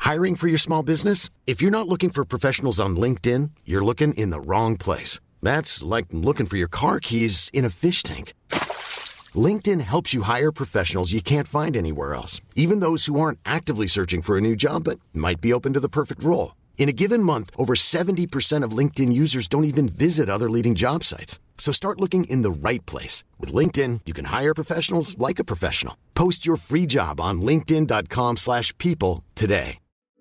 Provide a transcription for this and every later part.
Hiring for your small business? If you're not looking for professionals on LinkedIn, you're looking in the wrong place. That's like looking for your car keys in a fish tank. LinkedIn helps you hire professionals you can't find anywhere else, even those who aren't actively searching for a new job but might be open to the perfect role. In a given month, over 70% of LinkedIn users don't even visit other leading job sites. So start looking in the right place. With LinkedIn, you can hire professionals like a professional. Post your free job on linkedin.com/people today.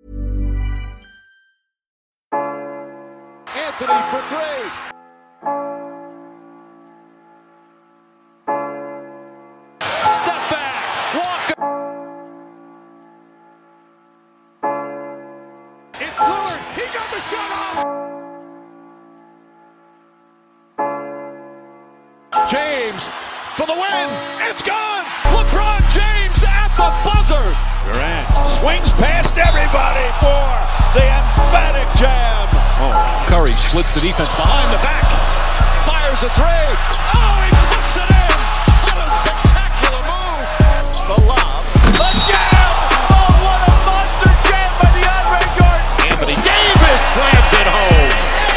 Anthony for three. Step back. Walker. It's Lillard. He got the shot off. James for the win. It's gone. LeBron James at the buzzer. Durant swings past everybody for the emphatic jam. Curry splits the defense behind the back. Fires a three. Oh, he puts it in. What a spectacular move. The lob. The jam. Oh, what a monster jam by DeAndre Jordan. Anthony Davis slams it home.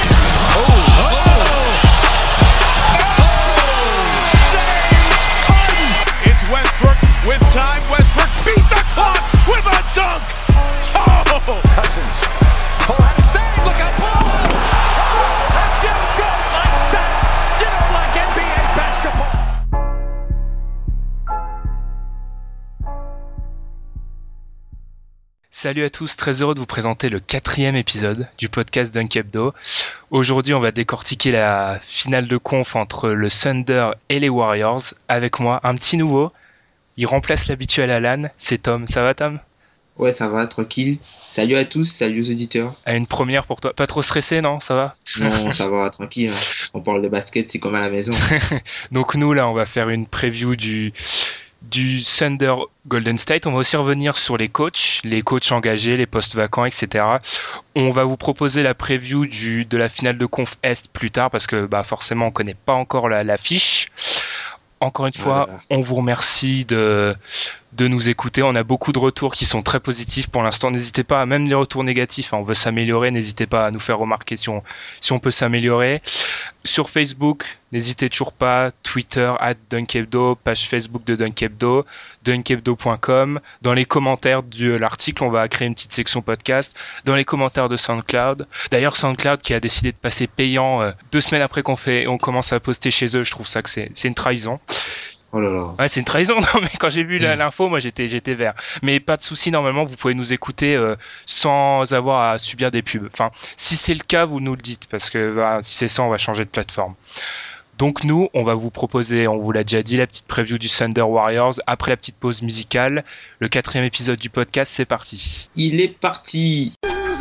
It's Westbrook with time. Westbrook beat the clock with a dunk. Oh, Cousins. Full out of stage. Look out below. Oh, you don't like that. You don't like NBA basketball. Salut à tous, très heureux de vous présenter le 4e épisode du podcast Dunk Hebdo. Aujourd'hui, on va décortiquer la finale de conf entre le Thunder et les Warriors. Avec moi, un petit nouveau. Il remplace l'habituel Alan, c'est Tom. Ça va, Tom ? Ouais, ça va, tranquille. Salut à tous, salut aux auditeurs. Une première pour toi. Pas trop stressé, non ? Ça va ? Non, ça va, tranquille. Hein. On parle de basket, c'est comme à la maison. Donc nous, là, on va faire une preview du Thunder Golden State. On va aussi revenir sur les coachs engagés, les postes vacants, etc. On va vous proposer la preview de la finale de conf Est plus tard parce que forcément on connaît pas encore la fiche. Encore une fois, on vous remercie de nous écouter. On a beaucoup de retours qui sont très positifs pour l'instant. N'hésitez pas, même les retours négatifs, on veut s'améliorer. N'hésitez pas à nous faire remarquer si on peut s'améliorer. Sur Facebook, n'hésitez toujours pas. Twitter, @DunkHebdo, page Facebook de DunkHebdo, dunkhebdo.com. Dans les commentaires de l'article, on va créer une petite section podcast. Dans les commentaires de SoundCloud. D'ailleurs, SoundCloud qui a décidé de passer payant 2 semaines après on commence à poster chez eux. Je trouve ça que c'est une trahison. Oh là là. Ouais, c'est une trahison. Non, mais quand j'ai vu l'info, moi j'étais vert. Mais pas de souci, normalement vous pouvez nous écouter sans avoir à subir des pubs. Enfin, si c'est le cas, vous nous le dites parce que si c'est ça, on va changer de plateforme. Donc nous, on va vous proposer, on vous l'a déjà dit, la petite preview du Thunder Warriors après la petite pause musicale. Le 4e épisode du podcast, c'est parti. Il est parti.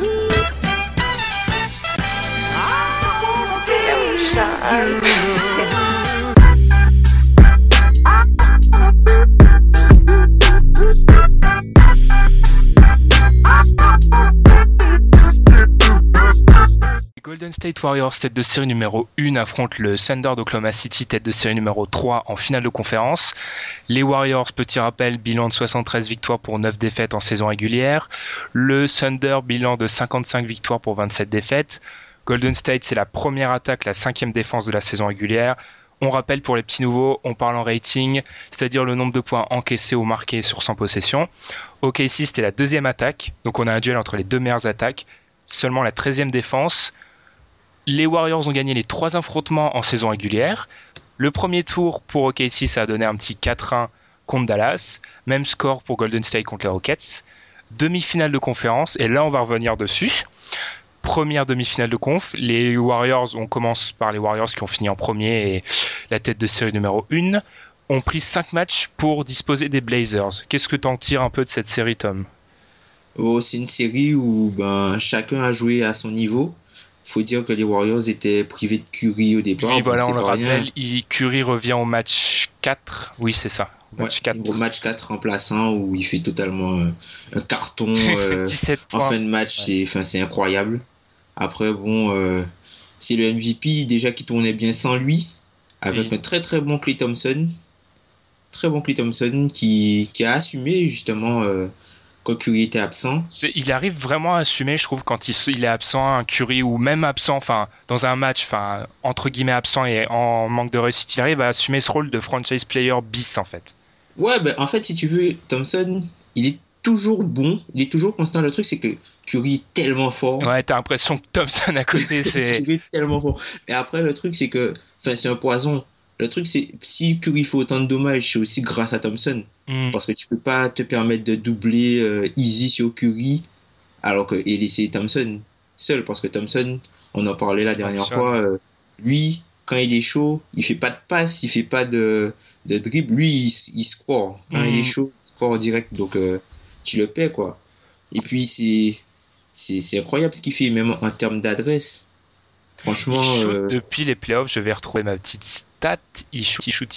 Les Golden State Warriors, tête de série numéro 1, affrontent le Thunder d'Oklahoma City, tête de série numéro 3 en finale de conférence. Les Warriors, petit rappel, bilan de 73 victoires pour 9 défaites en saison régulière. Le Thunder, bilan de 55 victoires pour 27 défaites. Golden State, c'est la première attaque, la 5e défense de la saison régulière. On rappelle pour les petits nouveaux, on parle en rating, c'est-à-dire le nombre de points encaissés ou marqués sur 100 possessions. OKC, c'était la 2e attaque, donc on a un duel entre les 2 meilleures attaques. Seulement la 13e défense. Les Warriors ont gagné les 3 affrontements en saison régulière. Le premier tour pour OKC, ça a donné un petit 4-1 contre Dallas. Même score pour Golden State contre les Rockets. Demi-finale de conférence, et là on va revenir dessus. Première demi-finale de conf, les Warriors, on commence par les Warriors qui ont fini en premier et la tête de série numéro 1, ont pris 5 matchs pour disposer des Blazers. Qu'est-ce que t'en tires un peu de cette série, Tom ? C'est une série où chacun a joué à son niveau. Il faut dire que les Warriors étaient privés de Curry au départ. Oui, voilà, on le rappelle, Curry revient au match 4. Oui, c'est ça. Match 4. Au match 4 remplaçant où il fait totalement un carton 17 points. En fin de match. Ouais. C'est incroyable. Après, c'est le MVP déjà qui tournait bien sans lui, avec un très très bon Klay Thompson. Très bon Klay Thompson qui a assumé justement quand Curry était absent. Il arrive vraiment à assumer, je trouve, quand il est absent, un Curry ou même absent, enfin, dans un match, enfin, entre guillemets absent et en manque de réussite, il arrive à assumer ce rôle de franchise player bis, en fait. Ouais, ben en fait, si tu veux, Thompson, il est toujours bon, il est toujours constant. Le truc, c'est que Curry est tellement fort. Ouais, t'as l'impression que Thompson à côté, c'est... Curry est tellement fort. Et après, le truc, c'est que, enfin, c'est un poison. Le truc, c'est, si Curry fait autant de dommages, c'est aussi grâce à Thompson. Parce que tu peux pas te permettre de doubler easy sur Curry, et laisser Thompson seul. Parce que Thompson, on en parlait la dernière fois, lui, quand il est chaud, il fait pas de passe, il fait pas de dribble. Lui, il score. Quand il est chaud, il score direct. Donc, tu le paies, quoi. Et puis, c'est incroyable ce qu'il fait, même en termes d'adresse. Franchement. Il shoot depuis les playoffs, je vais retrouver ma petite stat. Il shoot.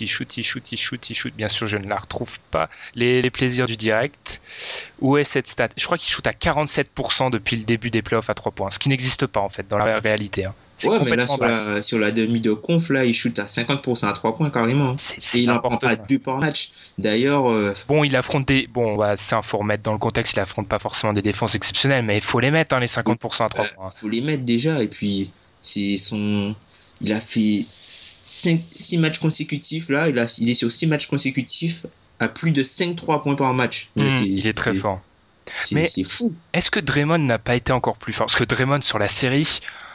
Bien sûr, je ne la retrouve pas. Les plaisirs du direct. Où est cette stat? Je crois qu'il shoot à 47% depuis le début des playoffs à 3 points. Ce qui n'existe pas, en fait, dans la réalité. Hein. Ouais, mais là, sur la demi de conf, là, il shoot à 50% à 3 points carrément. Et il en prend pas 2 par match. D'ailleurs. Bon, il affronte des. Bon, bah, ça, faut remettre dans le contexte, il affronte pas forcément des défenses exceptionnelles, mais il faut les mettre, hein, les 50% à 3 points. Il faut les mettre déjà, et puis. Il a fait 6 matchs consécutifs là, il est sur 6 matchs consécutifs à plus de 5-3 points par match. Il est très fort. Mais c'est fou. Est-ce que Draymond n'a pas été encore plus fort? Parce que Draymond sur la série,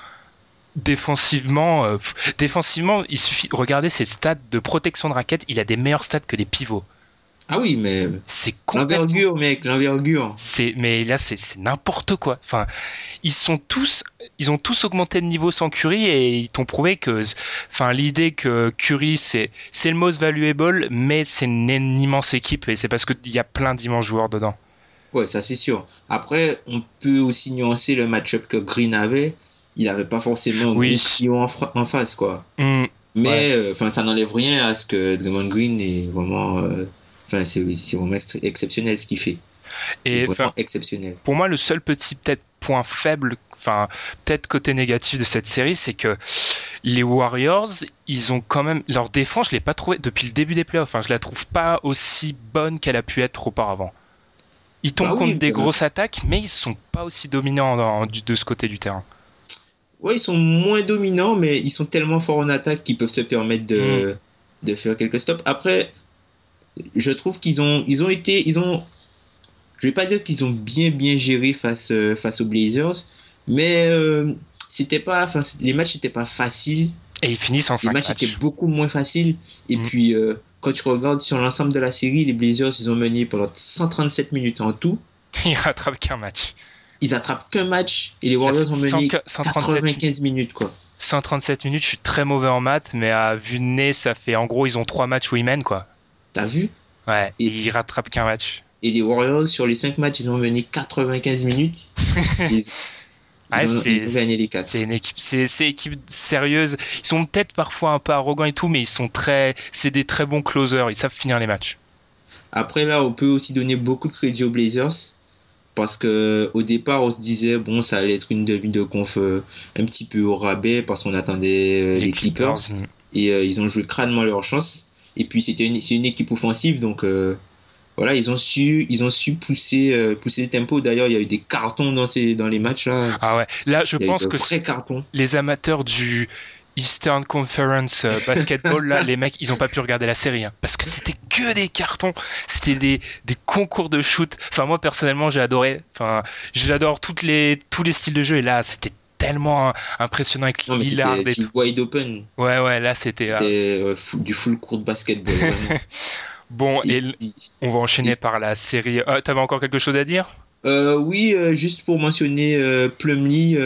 défensivement, il suffit regarder ses stats de protection de raquette, il a des meilleurs stats que les pivots. Ah oui, mais c'est l'envergure, mec, l'envergure. Mais là, c'est n'importe quoi. Enfin, ils ont tous augmenté de niveau sans Curry et ils t'ont prouvé que, enfin, l'idée que Curry c'est le most valuable, mais c'est une immense équipe et c'est parce qu'il y a plein d'immenses joueurs dedans. Ouais, ça c'est sûr. Après, on peut aussi nuancer le match-up que Green avait. Il avait pas forcément un gros trio en face, quoi. Mais, ça n'enlève rien à ce que Draymond Green est vraiment. C'est vraiment exceptionnel ce qu'il fait. Et vraiment exceptionnel. Pour moi, le seul petit peut-être point faible, peut-être côté négatif de cette série, c'est que les Warriors, ils ont quand même leur défense, je l'ai pas trouvée depuis le début des playoffs. Je la trouve pas aussi bonne qu'elle a pu être auparavant. Ils tombent contre des grosses attaques, mais ils sont pas aussi dominants de ce côté du terrain. Ouais, ils sont moins dominants, mais ils sont tellement forts en attaque qu'ils peuvent se permettre de faire quelques stops. Après, je trouve qu'ils ont été, je vais pas dire qu'ils ont bien géré face aux Blazers, mais les matchs n'étaient pas faciles. Et ils finissent en 5 matchs. Les matchs étaient beaucoup moins faciles. Et puis, quand tu regardes sur l'ensemble de la série, les Blazers, ils ont mené pendant 137 minutes en tout. Ils rattrapent qu'un match. Ils attrapent qu'un match et les Warriors ont mené 95 minutes, quoi. 137 minutes, je suis très mauvais en maths, mais à vue de nez, ça fait, en gros, ils ont 3 matchs où ils mènent, quoi. T'as vu? Ouais, et ils rattrapent qu'un match. Et les Warriors, sur les 5 matchs, ils ont mené 95 minutes. Ils ont gagné les 4. C'est une équipe, c'est équipe sérieuse. Ils sont peut-être parfois un peu arrogants et tout, mais c'est des très bons closers. Ils savent finir les matchs. Après, là, on peut aussi donner beaucoup de crédit aux Blazers. Parce que au départ, on se disait, bon, ça allait être une demi de conf un petit peu au rabais parce qu'on attendait les Clippers. Et ils ont joué crânement leur chance. Et puis, c'est une équipe offensive, donc voilà, ils ont su pousser le tempo. D'ailleurs, il y a eu des cartons dans les matchs là. Ah ouais, là, je pense que cartons. Les amateurs du Eastern Conference basketball, là, les mecs, ils ont pas pu regarder la série, hein, parce que c'était que des cartons, c'était des concours de shoot. Enfin, moi personnellement, j'ai adoré. Enfin, j'adore tous les styles de jeu, et là, c'était tellement impressionnant avec Lillard et tout. Wide open. Ouais, là, c'était du full court de basketball. Bon, et on va enchaîner par la série. T'avais encore quelque chose à dire? Oui, juste pour mentionner Plumlee,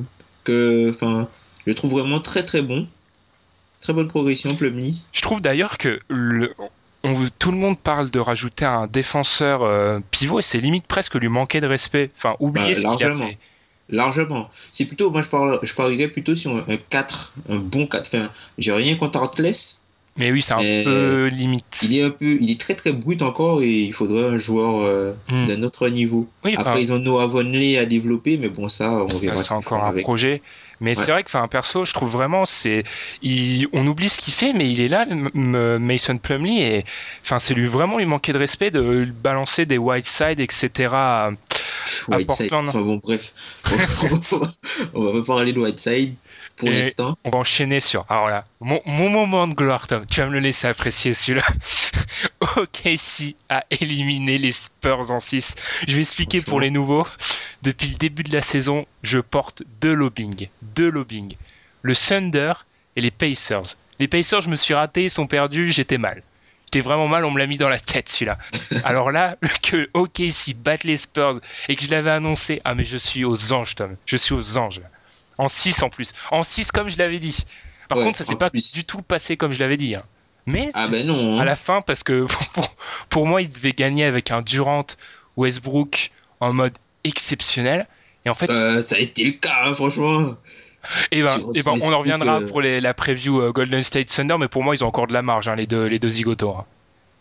je le trouve vraiment très très bon. Très bonne progression, Plumlee. Je trouve d'ailleurs que tout le monde parle de rajouter un défenseur pivot et c'est limite presque lui manquer de respect. Enfin, oublier ce qu'il a fait. Largement. C'est plutôt, moi je parlerais plutôt sur un 4, un bon 4. Enfin, j'ai rien contre Harkless, Mais oui, c'est un peu limite. Il est très très brut encore et il faudrait un joueur d'un autre niveau. Oui, après, ils ont Noah Vonleh à développer, mais bon, ça, on verra. C'est encore un projet. Mais c'est vrai que, perso, je trouve vraiment, on oublie ce qu'il fait, mais il est là, Mason Plumlee, et, c'est lui manquer de respect de balancer des Whiteside, etc. à Portland. Bon, bref. On va pas parler de Whiteside. Pour l'instant. On va enchaîner sur. Alors là, mon moment de gloire, Tom. Tu vas me le laisser apprécier celui-là. OKC a éliminé les Spurs en 6. Je vais expliquer pour les nouveaux. Depuis le début de la saison, je porte deux lobbying. Le Thunder et les Pacers. Les Pacers, je me suis raté, ils sont perdus, j'étais mal. J'étais vraiment mal, on me l'a mis dans la tête celui-là. Alors là, que OKC batte les Spurs et que je l'avais annoncé, mais je suis aux anges, Tom. Je suis aux anges là. En 6 en plus. En 6 comme je l'avais dit. Par contre, ça s'est pas du tout passé comme je l'avais dit. Hein. Mais non, hein. À la fin, parce que pour moi, il devait gagner avec un Durant Westbrook en mode exceptionnel. Et en fait, ça a été le cas, hein, franchement. Et on en reviendra pour la preview Golden State Thunder, mais pour moi, ils ont encore de la marge, hein, les deux zigotos. Hein.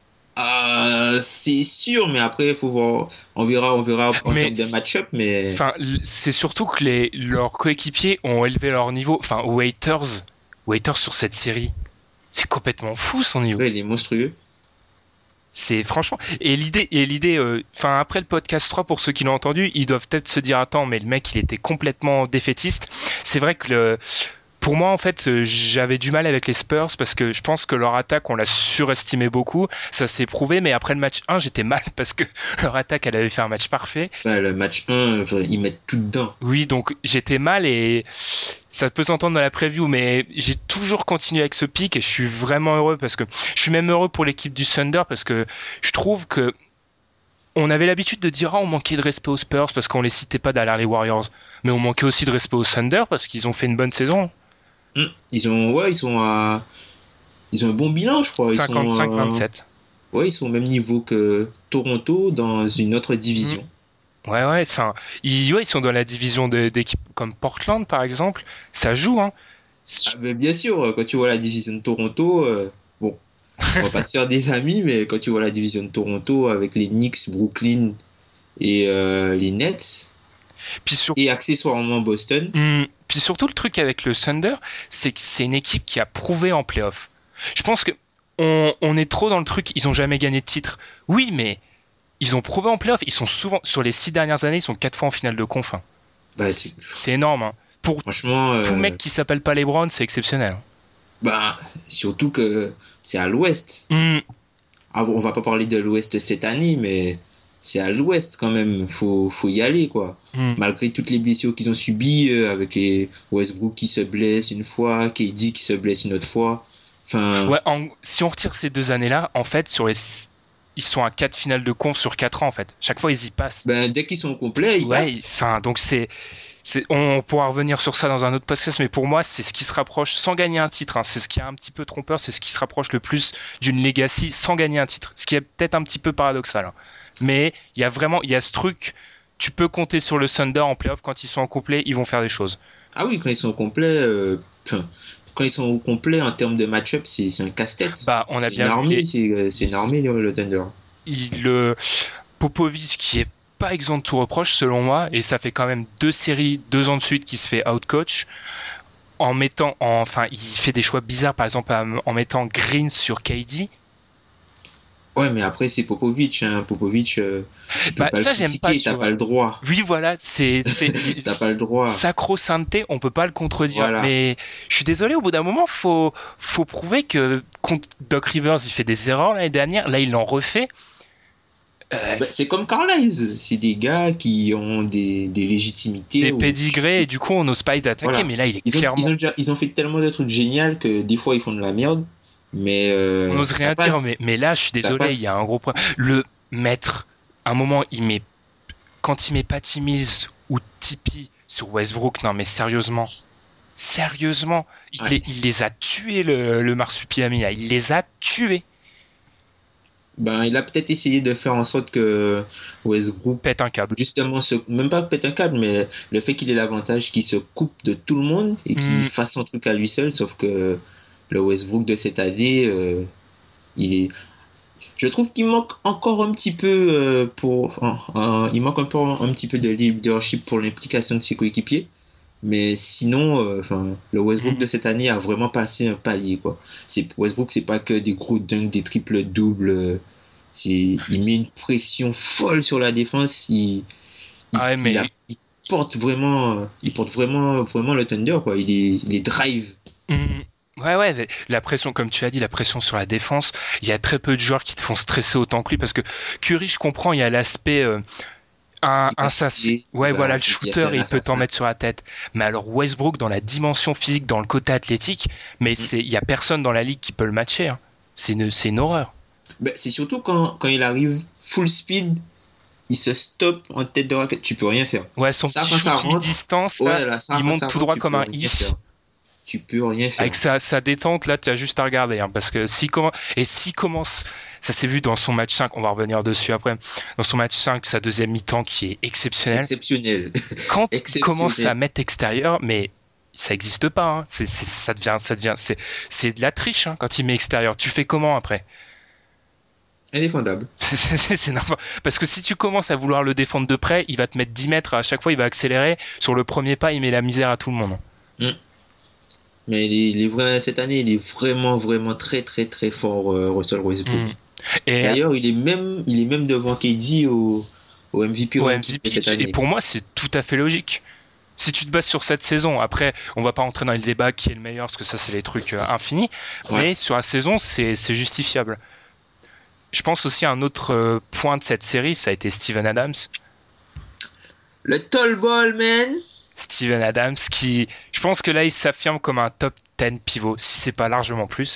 C'est sûr, mais après il faut voir, on verra en termes de match-up, mais c'est surtout que leurs coéquipiers ont élevé leur niveau. Waiters sur cette série, c'est complètement fou son niveau. Ouais, il est monstrueux. C'est franchement, et l'idée après le podcast 3, pour ceux qui l'ont entendu, ils doivent peut-être se dire attends, mais le mec il était complètement défaitiste. C'est vrai que pour moi, en fait, j'avais du mal avec les Spurs parce que je pense que leur attaque, on l'a surestimé beaucoup. Ça s'est prouvé, mais après le match 1, j'étais mal parce que leur attaque, elle avait fait un match parfait. Le match 1, ils mettent tout dedans. Oui, donc j'étais mal et ça peut s'entendre dans la preview, mais j'ai toujours continué avec ce pic et je suis vraiment heureux parce que je suis même heureux pour l'équipe du Thunder parce que je trouve que on avait l'habitude de dire on manquait de respect aux Spurs parce qu'on les citait pas derrière les Warriors, mais on manquait aussi de respect aux Thunder parce qu'ils ont fait une bonne saison. Ils ont un bon bilan, je crois. 55-27. Ils sont au même niveau que Toronto dans une autre division. Ouais. Ils sont dans la division d'équipes comme Portland, par exemple. Ça joue, hein. Mais bien sûr, quand tu vois la division de Toronto, on va pas se faire des amis, mais quand tu vois la division de Toronto avec les Knicks, Brooklyn et les Nets. Et accessoirement Boston. Puis surtout, le truc avec le Thunder, c'est que c'est une équipe qui a prouvé en play-off. Je pense que on est trop dans le truc, ils ont jamais gagné de titre. Oui, mais ils ont prouvé en play-off. Ils sont souvent, sur les 6 dernières années, ils sont 4 fois en finale de conf. Hein. C'est énorme. Hein. Franchement, tout mec qui s'appelle pas LeBron, c'est exceptionnel. Surtout que c'est à l'ouest. On va pas parler de l'ouest cette année, mais c'est à l'ouest quand même, faut y aller quoi. Malgré toutes les blessures qu'ils ont subies, avec les Westbrook qui se blesse une fois, KD qui se blesse une autre fois. Si on retire ces 2 années-là, en fait, ils sont à 4 finales de conf sur 4 ans en fait. Chaque fois ils y passent. Dès qu'ils sont complets, ils passent. Donc on pourra revenir sur ça dans un autre podcast, mais pour moi c'est ce qui se rapproche sans gagner un titre. Hein. C'est ce qui est un petit peu trompeur, c'est ce qui se rapproche le plus d'une legacy sans gagner un titre. Ce qui est peut-être un petit peu paradoxal. Hein. Mais il y a ce truc, tu peux compter sur le Thunder en playoff, quand ils sont en complet, ils vont faire des choses. Ah oui, quand ils sont au complet, en termes de match-up, c'est un casse-tête. C'est une armée, le Thunder. Popovich qui est pas exempt de tout reproche selon moi, et ça fait quand même 2 séries, 2 ans de suite qu'il se fait out-coach il fait des choix bizarres, par exemple en mettant Green sur KD. Ouais, mais après c'est Popovich, hein. Popovich, tu peux pas le critiquer, t'as pas le droit. Oui, voilà, t'as pas le droit. Sacro-sainteté, on peut pas le contredire. Voilà. Mais je suis désolé, au bout d'un moment, faut prouver que contre Doc Rivers, il fait des erreurs l'année dernière. Là, il en refait. C'est comme Carlisle, c'est des gars qui ont des légitimités, des pédigrés, et du coup on n'ose pas attaquer. Voilà. Mais là il est clairement. Ils ont fait tellement de trucs géniaux que des fois ils font de la merde. Mais on n'ose rien dire, mais là je suis désolé, il y a un gros problème. Le maître, à un moment quand il met Patty Mills ou Tipeee sur Westbrook, non mais sérieusement, il les a tués, le marsupilami, il les a tués. Il a peut-être essayé de faire en sorte que Westbrook pète un câble. Justement, même pas pète un câble, mais le fait qu'il ait l'avantage qu'il se coupe de tout le monde et qu'il fasse son truc à lui seul, sauf que le Westbrook de cette année, je trouve qu'il manque encore un petit peu il manque un petit peu de leadership pour l'implication de ses coéquipiers. Mais sinon, le Westbrook de cette année a vraiment passé un palier, quoi. Westbrook, c'est pas que des gros dunks, des triples doubles. Il met une pression folle sur la défense. Il porte vraiment le Thunder, quoi. Il est drive. Ouais, la pression, comme tu as dit, la pression sur la défense. Il y a très peu de joueurs qui te font stresser autant que lui, parce que Curry, je comprends, il y a l'aspect le shooter, il peut t'en mettre sur la tête. Mais alors Westbrook, dans la dimension physique, dans le côté athlétique, mais il y a personne dans la ligue qui peut le matcher. Hein. C'est une horreur. C'est surtout quand il arrive full speed, il se stoppe en tête de raquette, tu peux rien faire. Ouais, son petit shoot mi-distance, il monte tout droit comme un i. Tu peux rien faire. Avec sa détente, là, tu as juste à regarder. Hein, parce que s'il commence, ça s'est vu dans son match 5, on va revenir dessus après, dans son match 5, sa deuxième mi-temps qui est exceptionnelle. Quand il commence à mettre extérieur, mais ça n'existe pas. Hein. Ça devient, c'est de la triche hein, quand il met extérieur. Tu fais comment après ? Indéfendable. C'est n'importe. Parce que si tu commences à vouloir le défendre de près, il va te mettre 10 mètres à chaque fois, il va accélérer. Sur le premier pas, il met la misère à tout le monde. Mais cette année, il est vraiment, vraiment très, très, très fort, Russell Westbrook. Et d'ailleurs, il est même devant KD au MVP cette année. Et pour moi, c'est tout à fait logique. Si tu te bases sur cette saison, après, on va pas rentrer dans le débat qui est le meilleur, parce que ça, c'est des trucs infinis. Ouais. Mais sur la saison, c'est justifiable. Je pense aussi à un autre point de cette série, ça a été Steven Adams. Le tall ball, man. Steven Adams, qui, je pense que là, il s'affirme comme un top 10 pivot, si c'est pas largement plus.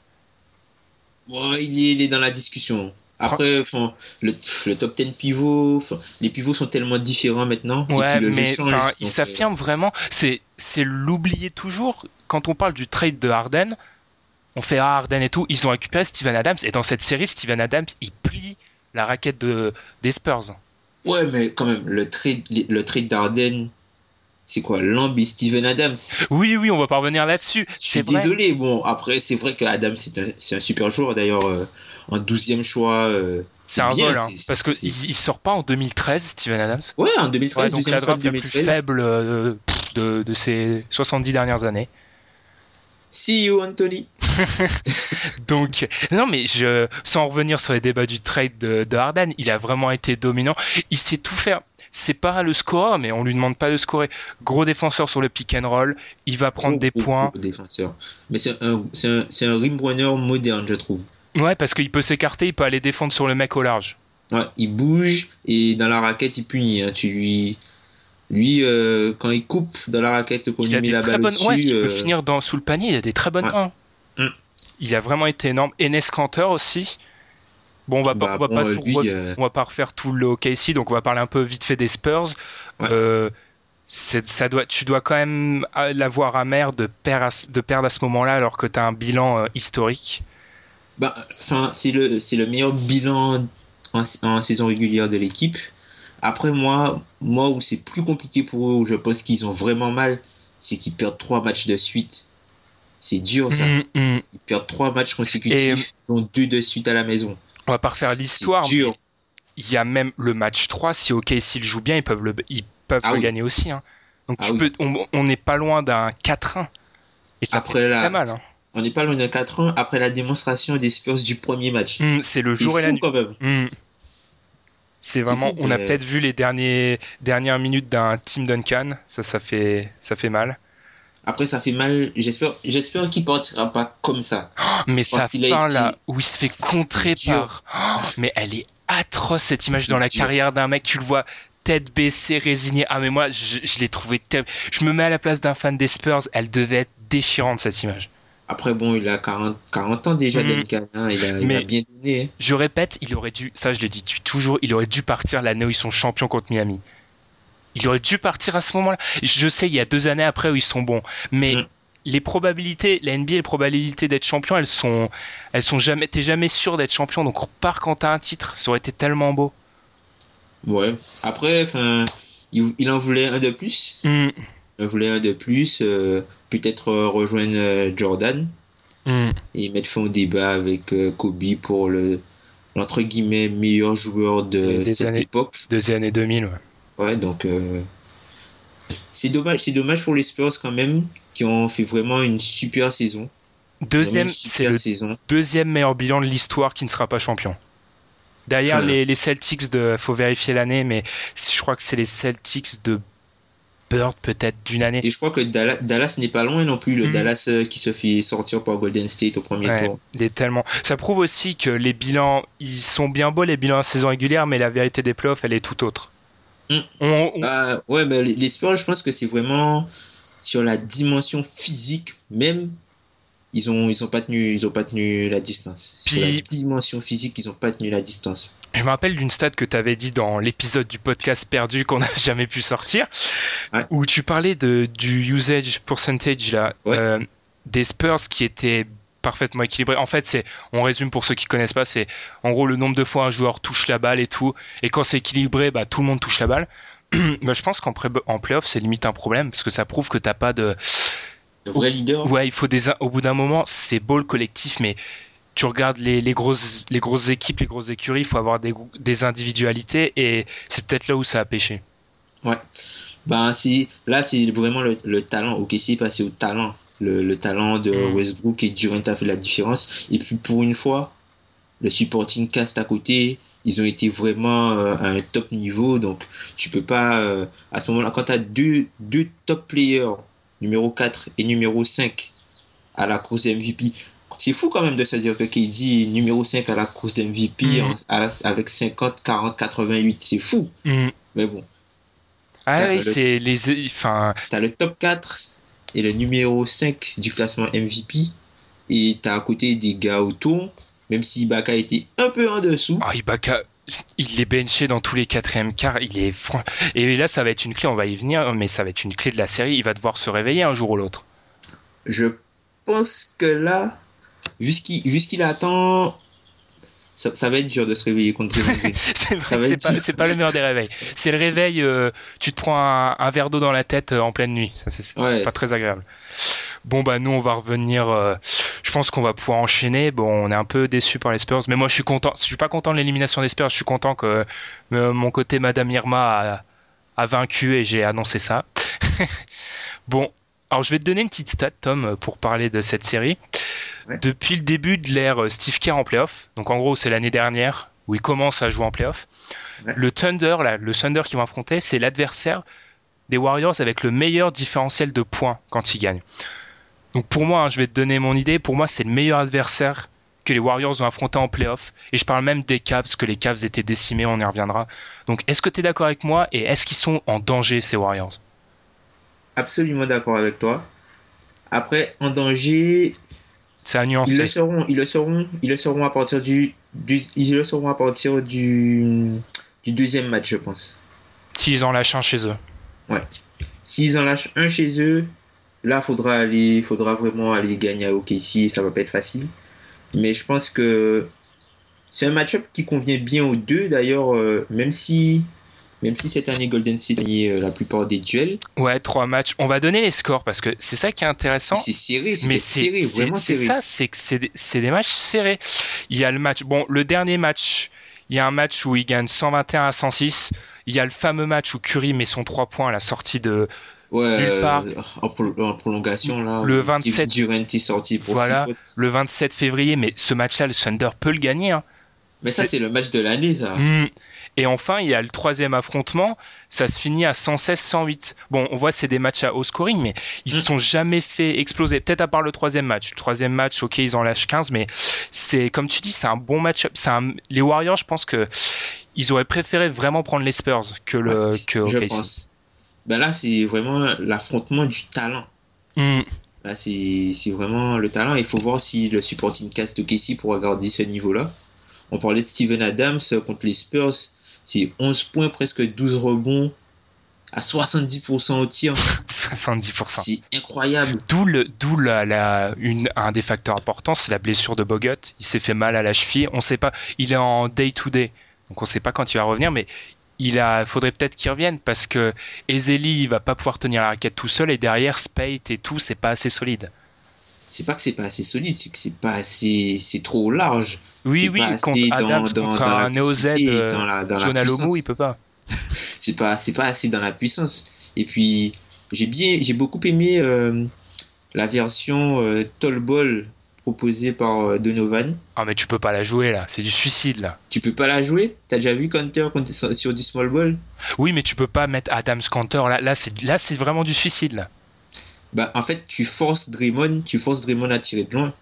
Bon, il est dans la discussion. Après, le top 10 pivot, les pivots sont tellement différents maintenant. Ouais, mais il s'affirme vraiment. C'est l'oublier toujours. Quand on parle du trade de Harden, on fait Harden et tout. Ils ont récupéré Steven Adams. Et dans cette série, Steven Adams, il plie la raquette des Spurs. Ouais, mais quand même, le trade d'Harden, c'est quoi, Lamb et Steven Adams? Oui, on va pas revenir là-dessus. Je suis désolé. Bon, après, c'est vrai qu'Adams, c'est un super joueur. D'ailleurs, en 12e choix, c'est un vol, hein, parce qu'il sort pas en 2013, Steven Adams. Ouais, en 2013. Donc la draft la plus faible de ces 70 dernières années. See you, Anthony. Donc, non, mais sans revenir sur les débats du trade de Harden, il a vraiment été dominant. Il sait tout faire. C'est pas le scoreur, mais on lui demande pas de scorer. Gros défenseur sur le pick and roll, il va prendre des points. Gros défenseur. Mais c'est un rim runner moderne, je trouve. Ouais, parce qu'il peut s'écarter, il peut aller défendre sur le mec au large. Ouais, il bouge et dans la raquette, il punit. Hein. Lui, quand il coupe dans la raquette, qu'on lui met la balle au-dessus... Ouais, il peut finir sous le panier, il a des très bonnes mains. Il a vraiment été énorme. Enes Kanter aussi. Bon, on va pas refaire tout le OKC, donc on va parler un peu vite fait des Spurs. Ouais. Tu dois quand même l'avoir amer de perdre à ce moment-là, alors que tu as un bilan historique. C'est le meilleur bilan en saison régulière de l'équipe. Après, moi où c'est plus compliqué pour eux, où je pense qu'ils ont vraiment mal, c'est qu'ils perdent 3 matchs de suite. C'est dur, ça. Ils perdent 3 matchs consécutifs, dont 2 de suite à la maison. On va pas refaire l'histoire, mais il y a même le match 3, si s'il joue bien, ils peuvent le gagner aussi. Hein. Donc on n'est pas loin d'un 4-1. Et ça fait très mal. Hein. On n'est pas loin d'un 4-1 après la démonstration des Spurs du premier match. C'est le jour et la nuit. Quand même. C'est vraiment, on a peut-être vu les dernières minutes d'un Tim Duncan. Ça fait mal. Après, ça fait mal. J'espère qu'il partira pas comme ça. Mais sa fin là, où il se fait contrer par. Mais elle est atroce, cette image dans la carrière d'un mec. Tu le vois tête baissée, résigné. Ah, mais moi, je l'ai trouvé terrible. Je me mets à la place d'un fan des Spurs. Elle devait être déchirante, cette image. Après, bon, il a 40 ans déjà, Duncan. Hein, il a bien donné. Hein. Je répète, il aurait dû. Ça, je le dis toujours. Il aurait dû partir l'année où ils sont champions contre Miami. Il aurait dû partir à ce moment-là. Je sais, il y a 2 années après où ils sont bons. Mais les probabilités, la NBA, les probabilités d'être champion, elles sont jamais, t'es jamais sûr d'être champion. Donc, on repart quand t'as un titre. Ça aurait été tellement beau. Ouais. Après, il en voulait un de plus. Il en voulait un de plus. Peut-être rejoindre Jordan. et mettre fin au débat avec Kobe pour l'entre guillemets meilleur joueur de cette époque. Des années 2000, ouais. Ouais, donc c'est dommage pour les Spurs quand même, qui ont fait vraiment une super saison. C'est le deuxième meilleur bilan de l'histoire qui ne sera pas champion. Derrière les Celtics faut vérifier l'année, mais je crois que c'est les Celtics de Bird peut-être d'une année. Et je crois que Dallas n'est pas loin non plus, le Dallas qui se fait sortir par Golden State au premier tour. Il est tellement... Ça prouve aussi que les bilans, ils sont bien beaux les bilans à saison régulière, mais la vérité des playoffs, elle est tout autre. Les Spurs, je pense que c'est vraiment sur la dimension physique même. Ils ont pas tenu la distance. Sur la dimension physique, ils n'ont pas tenu la distance. Je me rappelle d'une stat que tu avais dit dans l'épisode du podcast perdu qu'on n'a jamais pu sortir, où tu parlais du usage percentage là, des Spurs qui était parfaitement équilibré. En fait, on résume pour ceux qui connaissent pas, c'est en gros le nombre de fois un joueur touche la balle et tout. Et quand c'est équilibré, tout le monde touche la balle. Je pense qu'en playoff, c'est limite un problème parce que ça prouve que t'as pas de vrai leader. Ouais, il faut au bout d'un moment, c'est beau le collectif, mais tu regardes les grosses équipes, les grosses écuries, il faut avoir des individualités et c'est peut-être là où ça a pêché. Ouais. C'est vraiment le talent. OKC est passé au talent. Le talent de Westbrook et Durant a fait la différence. Et puis pour une fois, le supporting cast à côté, ils ont été vraiment à un top niveau. Donc tu peux pas, à ce moment-là, quand tu as deux top players, numéro 4 et numéro 5 à la course de MVP. C'est fou quand même de se dire que KD est numéro 5 à la course de MVP avec 50, 40, 88. C'est fou. Mais bon. T'as le top 4 et le numéro 5 du classement MVP. Et t'as à côté des gars autour, même si Ibaka était un peu en dessous. Ibaka, il est benché dans tous les quatrièmes quarts. Et là, ça va être une clé, on va y venir, mais ça va être une clé de la série. Il va devoir se réveiller un jour ou l'autre. Je pense que là, vu ce qu'il attend, ça va être dur de se réveiller contre les c'est pas le meilleur des réveils. C'est le réveil, tu te prends un verre d'eau dans la tête en pleine nuit. C'est pas très agréable. Bon, nous, on va revenir. Je pense qu'on va pouvoir enchaîner. Bon, on est un peu déçus par les Spurs, mais moi, je suis content. Je suis pas content de l'élimination des Spurs. Je suis content que mon côté Madame Irma a vaincu et j'ai annoncé ça. Bon, alors je vais te donner une petite stat, Tom, pour parler de cette série. Ouais. Depuis le début de l'ère Steve Kerr en playoff, donc en gros, c'est l'année dernière où il commence à jouer en playoff. Ouais. Le Thunder qu'ils vont affronter, c'est l'adversaire des Warriors avec le meilleur différentiel de points quand ils gagnent. Donc pour moi, je vais te donner mon idée. Pour moi, c'est le meilleur adversaire que les Warriors ont affronté en playoff. Et je parle même des Cavs, que les Cavs étaient décimés, on y reviendra. Donc est-ce que tu es d'accord avec moi et est-ce qu'ils sont en danger, ces Warriors ? Absolument d'accord avec toi. Après, en danger, c'est à nuancer. Ils le sauront à partir du deuxième match, je pense. S'ils en lâchent un chez eux. Ouais. S'ils en lâchent un chez eux, là, faudra vraiment aller gagner à OKC. Ça va pas être facile. Mais je pense que c'est un match-up qui convient bien aux deux. D'ailleurs, même si cette année Golden State a gagné la plupart des duels. Ouais, 3 matchs. On va donner les scores parce que c'est ça qui est intéressant. C'est serré, vraiment serré. C'est ça, c'est que c'est des matchs serrés. Il y a le match. Bon, le dernier match, il y a un match où il gagne 121-106. Il y a le fameux match où Curry met son 3 points à la sortie de nulle part. En prolongation là. Le 27. Durant est sorti pour voilà. Le 27 février, mais ce match-là, le Thunder peut le gagner. Hein. Mais ça, c'est le match de l'année, ça. Et enfin, il y a le troisième affrontement, ça se finit à 116-108. Bon, on voit c'est des matchs à haut scoring, mais ils se sont jamais fait exploser. Peut-être à part le troisième match. Le troisième match, ok, ils en lâchent 15, mais c'est, comme tu dis, c'est un bon match-up. Les Warriors, je pense que ils auraient préféré vraiment prendre les Spurs que OKC. Je pense. Là, c'est vraiment l'affrontement du talent. Là, c'est vraiment le talent. Il faut voir si le supporting cast de OKC pourra garder ce niveau-là. On parlait de Steven Adams contre les Spurs. C'est 11 points, presque 12 rebonds, à 70% au tir. 70%. C'est incroyable. D'où un des facteurs importants, c'est la blessure de Bogut. Il s'est fait mal à la cheville. On sait pas. Il est en day-to-day. Donc on sait pas quand il va revenir, mais faudrait peut-être qu'il revienne parce que Ezeli, il va pas pouvoir tenir la raquette tout seul et derrière Spate et tout, c'est pas assez solide. c'est pas que c'est pas assez solide, c'est que c'est pas assez, c'est trop large. Oui, c'est oui, pas contre assez Adams, contre un Neo Z, dans Jonah la Lomu, puissance. il peut pas. C'est pas assez dans la puissance. Et puis j'ai beaucoup aimé la version Tall Ball proposée par Donovan. Ah, mais tu peux pas la jouer là, c'est du suicide là. Tu peux pas la jouer? T'as déjà vu Counter quand t'es sur du small ball? Oui, mais tu peux pas mettre Adams Cantor là, c'est vraiment du suicide là. Bah en fait tu forces Draymond à tirer de loin.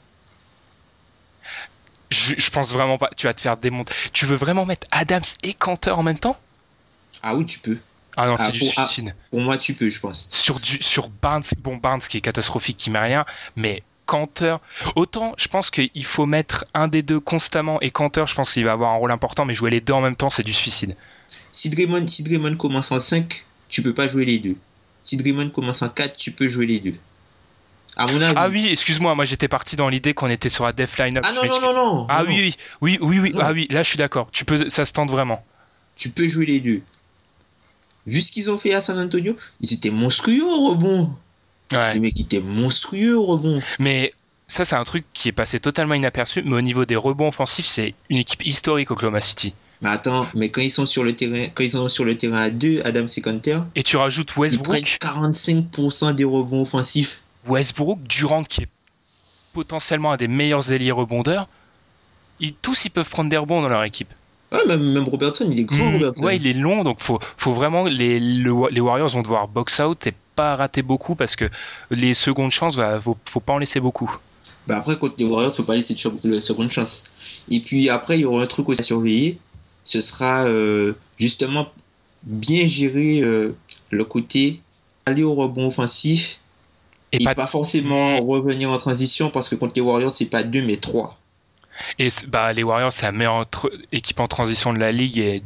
Je pense vraiment pas. Tu vas te faire démonter. Tu veux vraiment mettre Adams et Cantor en même temps? Ah oui, tu peux. Ah non, c'est du suicide. Pour moi, tu peux, je pense. Sur Barnes, bon, Barnes qui est catastrophique, qui met rien, mais Cantor, autant je pense qu'il faut mettre un des deux constamment, et Cantor, je pense qu'il va avoir un rôle important, mais jouer les deux en même temps, c'est du suicide. Si Draymond commence en 5, tu peux pas jouer les deux. Si Draymond commence en 4, tu peux jouer les deux. À mon avis. Ah oui, excuse-moi, moi j'étais parti dans l'idée qu'on était sur la def line-up. Ah non. Ah non. oui, Non. ah oui, là je suis d'accord. Ça se tente vraiment. Tu peux jouer les deux. Vu ce qu'ils ont fait à San Antonio, ils étaient monstrueux au rebond. Ouais. Les mecs étaient monstrueux au rebond. Mais ça, c'est un truc qui est passé totalement inaperçu. Mais au niveau des rebonds offensifs, c'est une équipe historique, Oklahoma City. Mais attends, mais quand ils sont sur le terrain à 2, Adams et Counter, Et tu rajoutes ils prennent Westbrook, 45% des rebonds offensifs. Durant qui est potentiellement un des meilleurs ailiers rebondeurs. Tous, ils peuvent prendre des rebonds dans leur équipe. Ouais, même Robertson, il est grand, Robertson. Ouais, il est long, donc faut vraiment les Warriors vont devoir box out et pas rater beaucoup parce que les secondes chances, faut pas en laisser beaucoup. Bah après, contre les Warriors, faut pas laisser de seconde chance. Et puis après, il y aura un truc aussi à surveiller. Ce sera justement bien gérer le côté aller au rebond offensif et pas forcément revenir en transition parce que contre les Warriors, c'est pas 2 mais 3. Et les Warriors, c'est la meilleure équipe en transition de la ligue et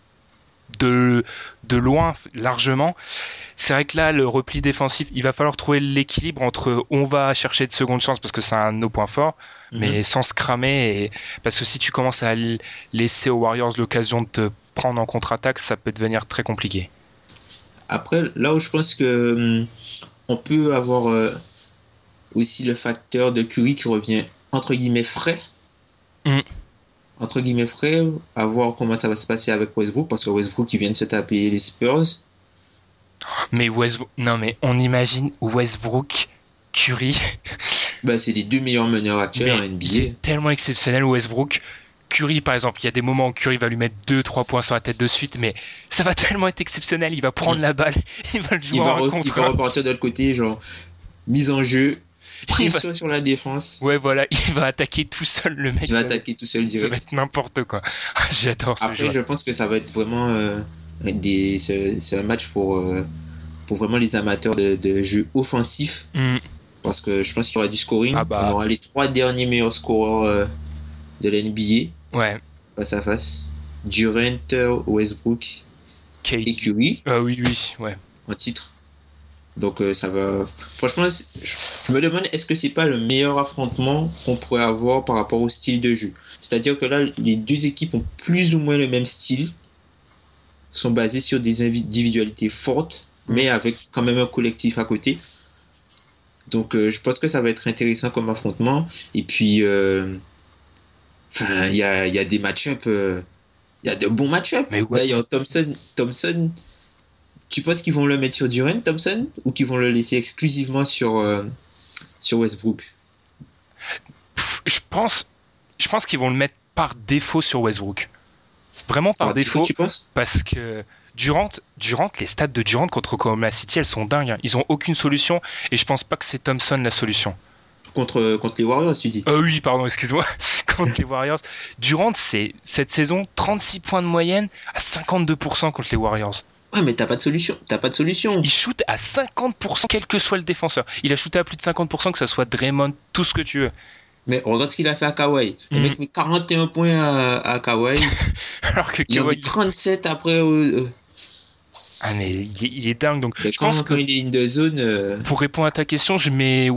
de loin, largement. C'est vrai que là, le repli défensif, il va falloir trouver l'équilibre entre on va chercher de seconde chance parce que c'est un de nos points forts, mais sans se cramer. Parce que si tu commences à laisser aux Warriors l'occasion de te prendre en contre-attaque, ça peut devenir très compliqué. Après, là où je pense que on peut avoir aussi le facteur de Curry qui revient entre guillemets frais. Entre guillemets frais, à voir comment ça va se passer avec Westbrook, parce que Westbrook il vient de se taper les Spurs. Mais on imagine Westbrook, Curry. Bah, c'est les deux meilleurs meneurs actuels en NBA. Il est tellement exceptionnel, Westbrook. Curry, par exemple, il y a des moments où Curry va lui mettre 2-3 points sur la tête de suite, mais ça va tellement être exceptionnel. Il va prendre la balle, il va le jouer en contre. Il va repartir de l'autre côté, genre mise en jeu, pression sur la défense. Ouais, voilà, il va attaquer tout seul, le mec. Il va attaquer tout seul direct. Ça va être n'importe quoi. J'adore ce jeu. Après, je pense que ça va être vraiment c'est un match pour vraiment les amateurs de jeux offensifs. Parce que je pense qu'il y aura du scoring. On aura les 3 derniers meilleurs scoreurs de l'NBA. Ouais. Face à face. Durant, Westbrook et Curry. Oui, ouais. En titre. Donc ça va. Franchement, je me demande est-ce que c'est pas le meilleur affrontement qu'on pourrait avoir par rapport au style de jeu. C'est-à-dire que là, les deux équipes ont plus ou moins le même style, sont basées sur des individualités fortes, mais avec quand même un collectif à côté. Donc je pense que ça va être intéressant comme affrontement. Et puis, il y a des match-ups, il y a de bons match-ups. D'ailleurs, Thompson. Tu penses qu'ils vont le mettre sur Durant, Thompson, ou qu'ils vont le laisser exclusivement sur Westbrook? Je pense qu'ils vont le mettre par défaut sur Westbrook. Vraiment par défaut, tu penses? Parce que Durant, les stats de Durant contre Oklahoma City, elles sont dingues. Ils ont aucune solution, et je pense pas que c'est Thompson la solution. Contre les Warriors, tu dis? Oui, pardon, excuse-moi. Contre les Warriors. Durant, c'est cette saison 36 points de moyenne à 52% contre les Warriors. Ouais, mais t'as pas de solution. Il shoot à 50%, quel que soit le défenseur. Il a shooté à plus de 50%, que ça soit Draymond, tout ce que tu veux. Mais regarde ce qu'il a fait à Kawhi. Le mec met 41 points à Kawhi. Alors que il en met 37 après. Ah, mais il est dingue. Donc, je pense que quand il est in the zone. Pour répondre à ta question, je mets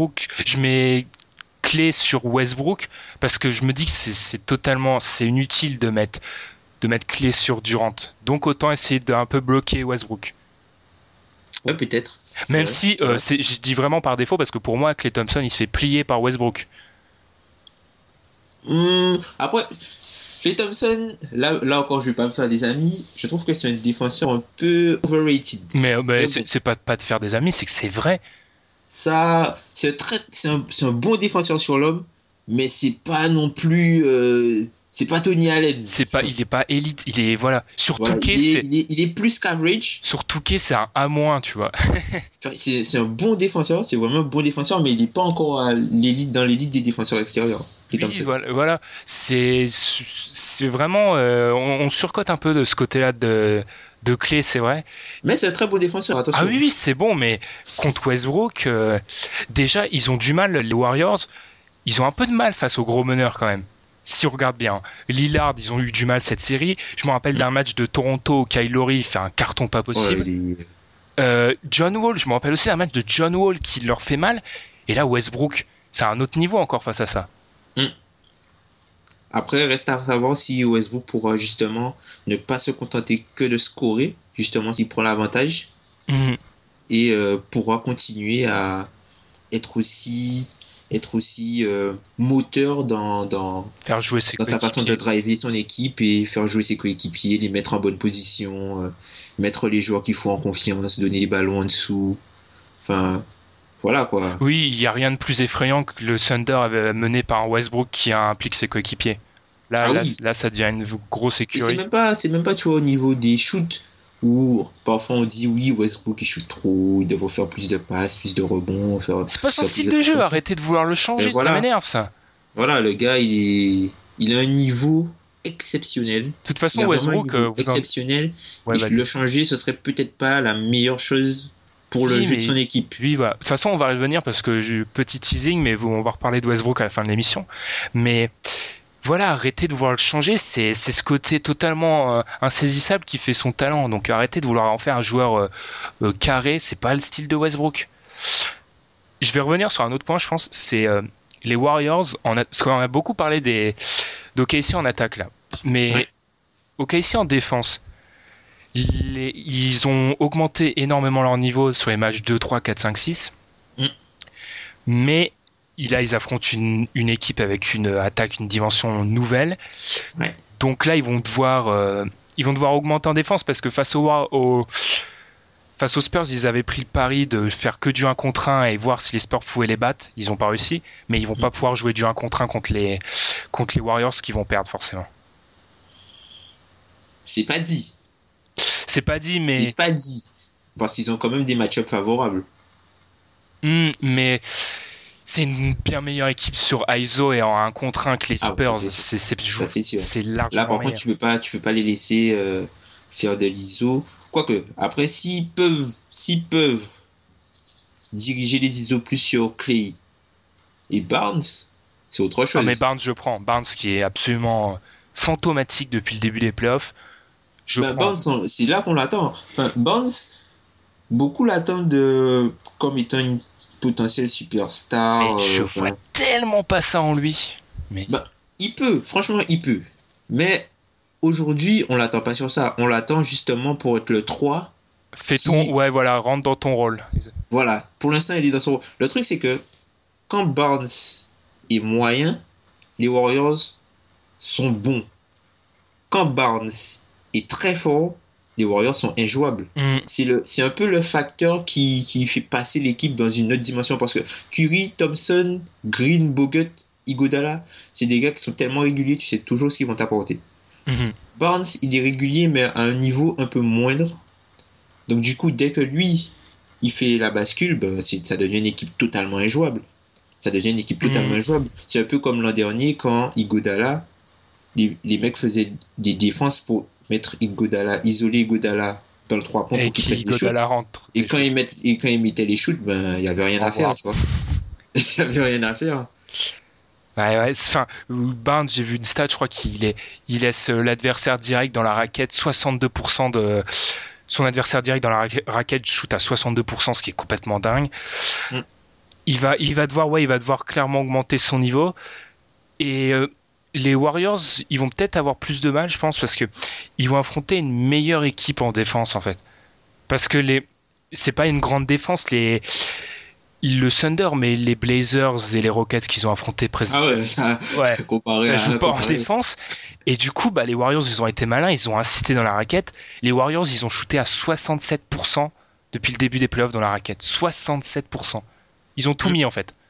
Clay sur Westbrook parce que je me dis que c'est inutile de mettre Clay sur Durant. Donc autant essayer d'un peu bloquer Westbrook. Ouais, peut-être. Même si, je dis vraiment par défaut, parce que pour moi, Klay Thompson, il se fait plier par Westbrook. Après, Klay Thompson, là encore, je vais pas me faire des amis. Je trouve que c'est un défenseur un peu overrated. Mais c'est pas de faire des amis, c'est que c'est vrai. Ça, c'est un bon défenseur sur l'homme, mais c'est pas non plus. C'est pas Tony Allen. Il est pas élite, il est voilà. Sur Voilà, Touquet, il est plus qu'average. Sur Touquet, c'est un A-, tu vois. C'est un bon défenseur, c'est vraiment un bon défenseur, mais il est pas encore à dans l'élite des défenseurs extérieurs. Oui, voilà. C'est vraiment, on surcote un peu de ce côté-là de Klay, c'est vrai. Mais c'est un très bon défenseur, attention. Ah oui, c'est bon, mais contre Westbrook, déjà, ils ont du mal, les Warriors, ils ont un peu de mal face aux gros meneurs quand même. Si on regarde bien, Lillard, ils ont eu du mal cette série. Je me rappelle d'un match de Toronto où Kyle Lowry fait un carton pas possible. John Wall, je me rappelle aussi d'un match de John Wall qui leur fait mal. Et là, Westbrook, c'est un autre niveau encore face à ça. Après, reste à savoir si Westbrook pourra justement ne pas se contenter que de scorer, justement s'il prend l'avantage, et pourra continuer à être aussi moteur dans faire jouer ses sa façon de driver son équipe et faire jouer ses coéquipiers, les mettre en bonne position, mettre les joueurs qu'il faut en confiance, donner les ballons en dessous. Enfin, voilà quoi. Oui, il n'y a rien de plus effrayant que le Thunder mené par un Westbrook qui implique ses coéquipiers. Là, ça devient une grosse écurie. C'est même pas tu vois, au niveau des shoots où parfois on dit oui, Westbrook il shoot trop, il devrait faire plus de passes, plus de rebonds. C'est pas son style de jeu, arrêtez de vouloir le changer, ça m'énerve ça. Voilà, le gars il a un niveau exceptionnel. De toute façon, Westbrook, exceptionnel. Ouais, et le changer, ce serait peut-être pas la meilleure chose pour le jeu de son équipe. Oui, voilà. De toute façon, on va revenir parce que j'ai eu petit teasing, mais on va reparler de Westbrook à la fin de l'émission. Mais voilà, arrêtez de vouloir le changer, c'est ce côté totalement insaisissable qui fait son talent. Donc arrêtez de vouloir en faire un joueur carré, c'est pas le style de Westbrook. Je vais revenir sur un autre point, je pense, c'est les Warriors, parce qu'on a beaucoup parlé d'OKC en attaque là, mais OKC en défense, ils ont augmenté énormément leur niveau sur les matchs 2, 3, 4, 5, 6, mais là, ils affrontent une équipe avec une attaque, une dimension nouvelle. Ouais. Donc là, ils vont devoir augmenter en défense parce que face aux Spurs, ils avaient pris le pari de faire que du 1 contre 1 et voir si les Spurs pouvaient les battre. Ils n'ont pas réussi, mais ils vont pas pouvoir jouer du 1 contre 1 contre les Warriors qui vont perdre forcément. C'est pas dit. C'est pas dit, mais... C'est pas dit. Parce qu'ils ont quand même des match-ups favorables. Mais... C'est une bien meilleure équipe sur ISO et en 1 contre 1 que les Spurs. C'est largement là, par contre, tu peux pas les laisser faire de l'ISO. Quoique, après, s'ils peuvent diriger les ISO plus sur Klay et Barnes, c'est autre chose. Non, mais Barnes, je prends. Barnes qui est absolument fantomatique depuis le début des playoffs. Barnes, c'est là qu'on l'attend. Enfin, Barnes, beaucoup l'attendent comme étant une potentiel superstar. Mais je vois tellement pas ça en lui. Mais... il peut, franchement, il peut. Mais aujourd'hui, on l'attend pas sur ça. On l'attend justement pour être le 3. Rentre dans ton rôle. Voilà, pour l'instant, il est dans son rôle. Le truc, c'est que quand Barnes est moyen, les Warriors sont bons. Quand Barnes est très fort, les Warriors sont injouables. C'est un peu le facteur qui fait passer l'équipe dans une autre dimension parce que Curry, Thompson, Green, Bogut, Iguodala, c'est des gars qui sont tellement réguliers, tu sais toujours ce qu'ils vont t'apporter. Barnes, il est régulier mais à un niveau un peu moindre. Donc du coup, dès que lui, il fait la bascule, ça devient une équipe totalement injouable. C'est un peu comme l'an dernier quand Iguodala, les mecs faisaient des défenses pour isoler Iguodala dans le 3 points pour qu'il mette les shoots. Et quand ils mettaient les shoots, il n'y avait rien à faire, tu vois. Il n'y avait rien à faire. Enfin, Barnes, j'ai vu une stat, je crois il laisse l'adversaire direct dans la raquette, 62% de son adversaire direct dans la raquette shoot à 62%, ce qui est complètement dingue. Il va devoir clairement augmenter son niveau. Et les Warriors, ils vont peut-être avoir plus de mal, je pense, parce que ils vont affronter une meilleure équipe en défense, en fait. Parce que c'est pas une grande défense le Thunder, mais les Blazers et les Rockets qu'ils ont affrontés comparé ça joue pas en défense. Et du coup, les Warriors, ils ont été malins, ils ont insisté dans la raquette. Les Warriors, ils ont shooté à 67% depuis le début des playoffs dans la raquette. 67%. Ils ont tout mis, en fait.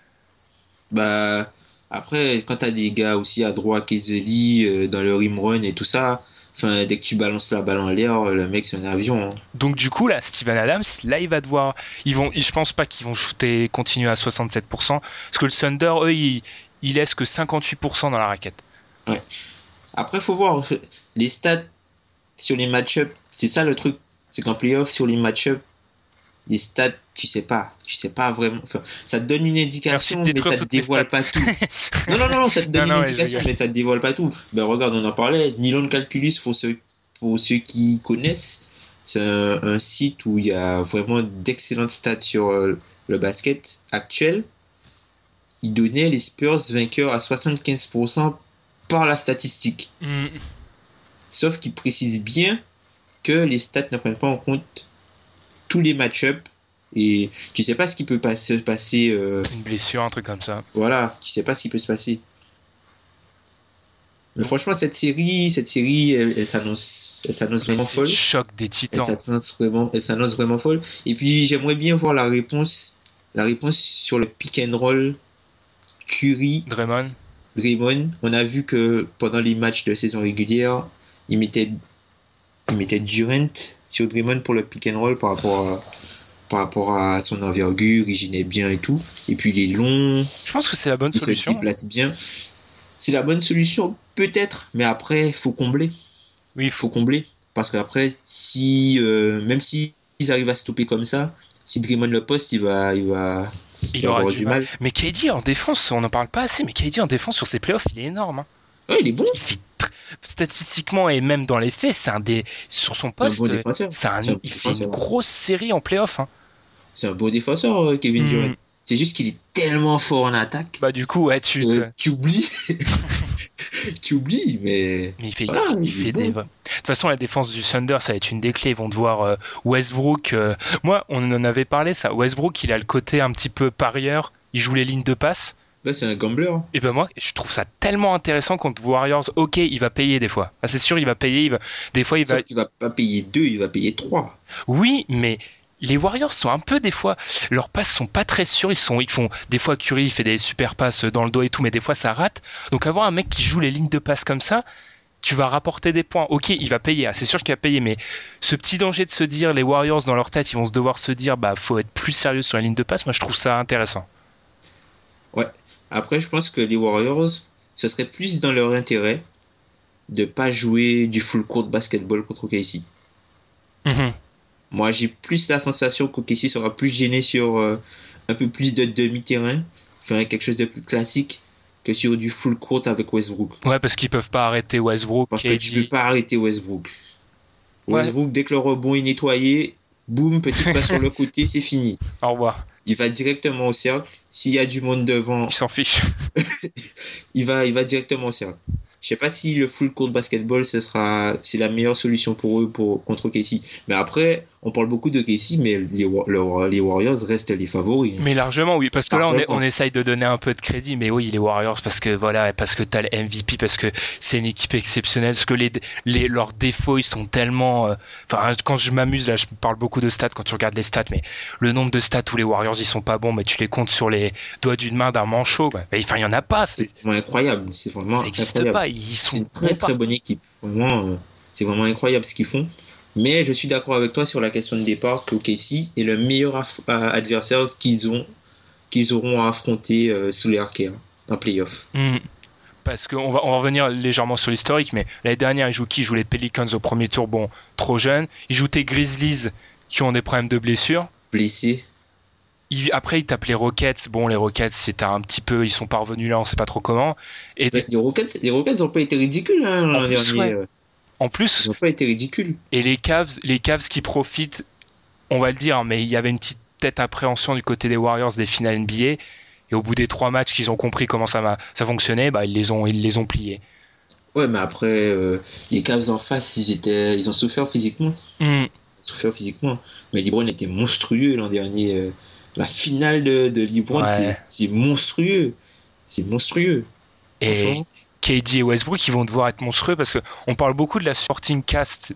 Après, quand t'as des gars aussi à droite, Kezeli, dans le rim run et tout ça, dès que tu balances la balle en l'air, le mec, c'est un avion. Hein. Donc, du coup, là, Steven Adams, là, il va devoir. Je pense pas qu'ils vont continuer à 67%. Parce que le Thunder, eux, ils laissent que 58% dans la raquette. Ouais. Après, faut voir. Les stats sur les match-ups, c'est ça le truc. C'est qu'en playoff, sur les match-ups, les stats, tu sais pas vraiment. Ça te donne une indication, mais ça te dévoile pas tout. Non, ça te donne une indication, mais ça te dévoile pas tout. Regarde, on en parlait. Nylon Calculus, pour ceux qui connaissent, c'est un site où il y a vraiment d'excellentes stats sur le basket actuel. Il donnait les Spurs vainqueurs à 75% par la statistique. Sauf qu'il précise bien que les stats ne prennent pas en compte tous les match-ups et tu sais pas ce qui peut se passer. Une blessure, un truc comme ça. Voilà, tu sais pas ce qui peut se passer. Mais franchement, cette série, elle s'annonce vraiment folle. C'est le choc des Titans. Elle s'annonce vraiment folle. Et puis j'aimerais bien voir la réponse sur le pick and roll Curry. Draymond. On a vu que pendant les matchs de saison régulière, il mettait Durant sur Draymond pour le pick and roll par rapport à son envergure, il gênait bien et tout. Et puis il est long. Je pense que c'est la bonne solution. Il se déplace bien. C'est la bonne solution, peut-être, mais après, il faut combler. Oui, il faut combler. Parce qu'après, même s'ils arrivent à stopper comme ça, si Draymond le poste, il va avoir du mal. Mais KD en défense, on n'en parle pas assez, mais KD en défense sur ses playoffs, il est énorme. Hein. Ouais, il est bon. Statistiquement et même dans les faits, sur son poste, il fait une grosse série en playoff. Hein. C'est un beau défenseur, Kevin Durant. C'est juste qu'il est tellement fort en attaque. Du coup, ouais, tu oublies. Tu oublies, mais il fait des. De toute façon, la défense du Thunder, ça va être une des clés. Ils vont devoir Westbrook. Moi, on en avait parlé, ça. Westbrook, il a le côté un petit peu parieur. Il joue les lignes de passe. C'est un gambler. Et moi, je trouve ça tellement intéressant contre Warriors. Ok, il va payer des fois. C'est sûr, il va payer. Des fois, Sauf qu'il va pas payer 2, il va payer 3. Oui, mais les Warriors sont un peu, des fois, leurs passes sont pas très sûres. Ils font, des fois, Curry, il fait des super passes dans le dos et tout, mais des fois, ça rate. Donc, avoir un mec qui joue les lignes de passe comme ça, tu vas rapporter des points. Ok, il va payer. C'est sûr qu'il va payer, mais ce petit danger de se dire, les Warriors, dans leur tête, ils vont devoir se dire, faut être plus sérieux sur la ligne de passe. Moi, je trouve ça intéressant. Ouais. Après, je pense que les Warriors, ce serait plus dans leur intérêt de pas jouer du full court basketball contre OKC. Moi, j'ai plus la sensation qu'OKC sera plus gêné sur un peu plus de demi-terrain, quelque chose de plus classique que sur du full court avec Westbrook. Ouais, parce qu'ils peuvent pas arrêter Westbrook. Parce que tu peux pas arrêter Westbrook. Westbrook, dès que le rebond est nettoyé, boum, petite passe sur le côté, c'est fini. Au revoir. Il va directement au cercle. S'il y a du monde devant, il s'en fiche. il va directement au cercle. Je sais pas si le full court basketball c'est la meilleure solution pour eux contre OKC. Mais après, on parle beaucoup de OKC, mais les Warriors restent les favoris. Mais largement, oui, parce que là on essaye de donner un peu de crédit, mais oui, les Warriors parce que t'as le MVP, parce que c'est une équipe exceptionnelle, parce que leurs défauts ils sont tellement. Quand je m'amuse là, je parle beaucoup de stats quand tu regardes les stats, mais le nombre de stats où les Warriors ils sont pas bons, mais tu les comptes sur les doigts d'une main d'un manchot. Quoi. Il y en a pas. C'est vraiment incroyable. Ça n'existe pas. C'est une très très bonne équipe. Vraiment, c'est vraiment incroyable ce qu'ils font. Mais je suis d'accord avec toi sur la question de départ que OKC est le meilleur adversaire qu'ils auront à affronter sous les arcaires en playoff. Parce qu'on va revenir légèrement sur l'historique, mais l'année dernière, ils jouent les Pelicans au premier tour, trop jeunes. Ils jouent les Grizzlies qui ont des problèmes de blessures. Blessés. Après, ils tapent les Rockets. Les Rockets, c'était un petit peu... Ils sont pas revenus là, on sait pas trop comment. Et les Rockets n'ont pas été ridicules l'an dernier. En plus... Ils n'ont pas été ridicules. Et les Cavs qui profitent, on va le dire, mais il y avait une petite tête appréhension du côté des Warriors des finales NBA. Et au bout des 3 matchs qu'ils ont compris comment ça fonctionnait, ils les ont pliés. Ouais, mais après, les Cavs en face, ils ont souffert physiquement. souffert physiquement. Mais LeBron était monstrueux l'an dernier. La finale de LeBron, c'est monstrueux. C'est monstrueux. Et KD et Westbrook, ils vont devoir être monstrueux parce qu'on parle beaucoup de la supporting cast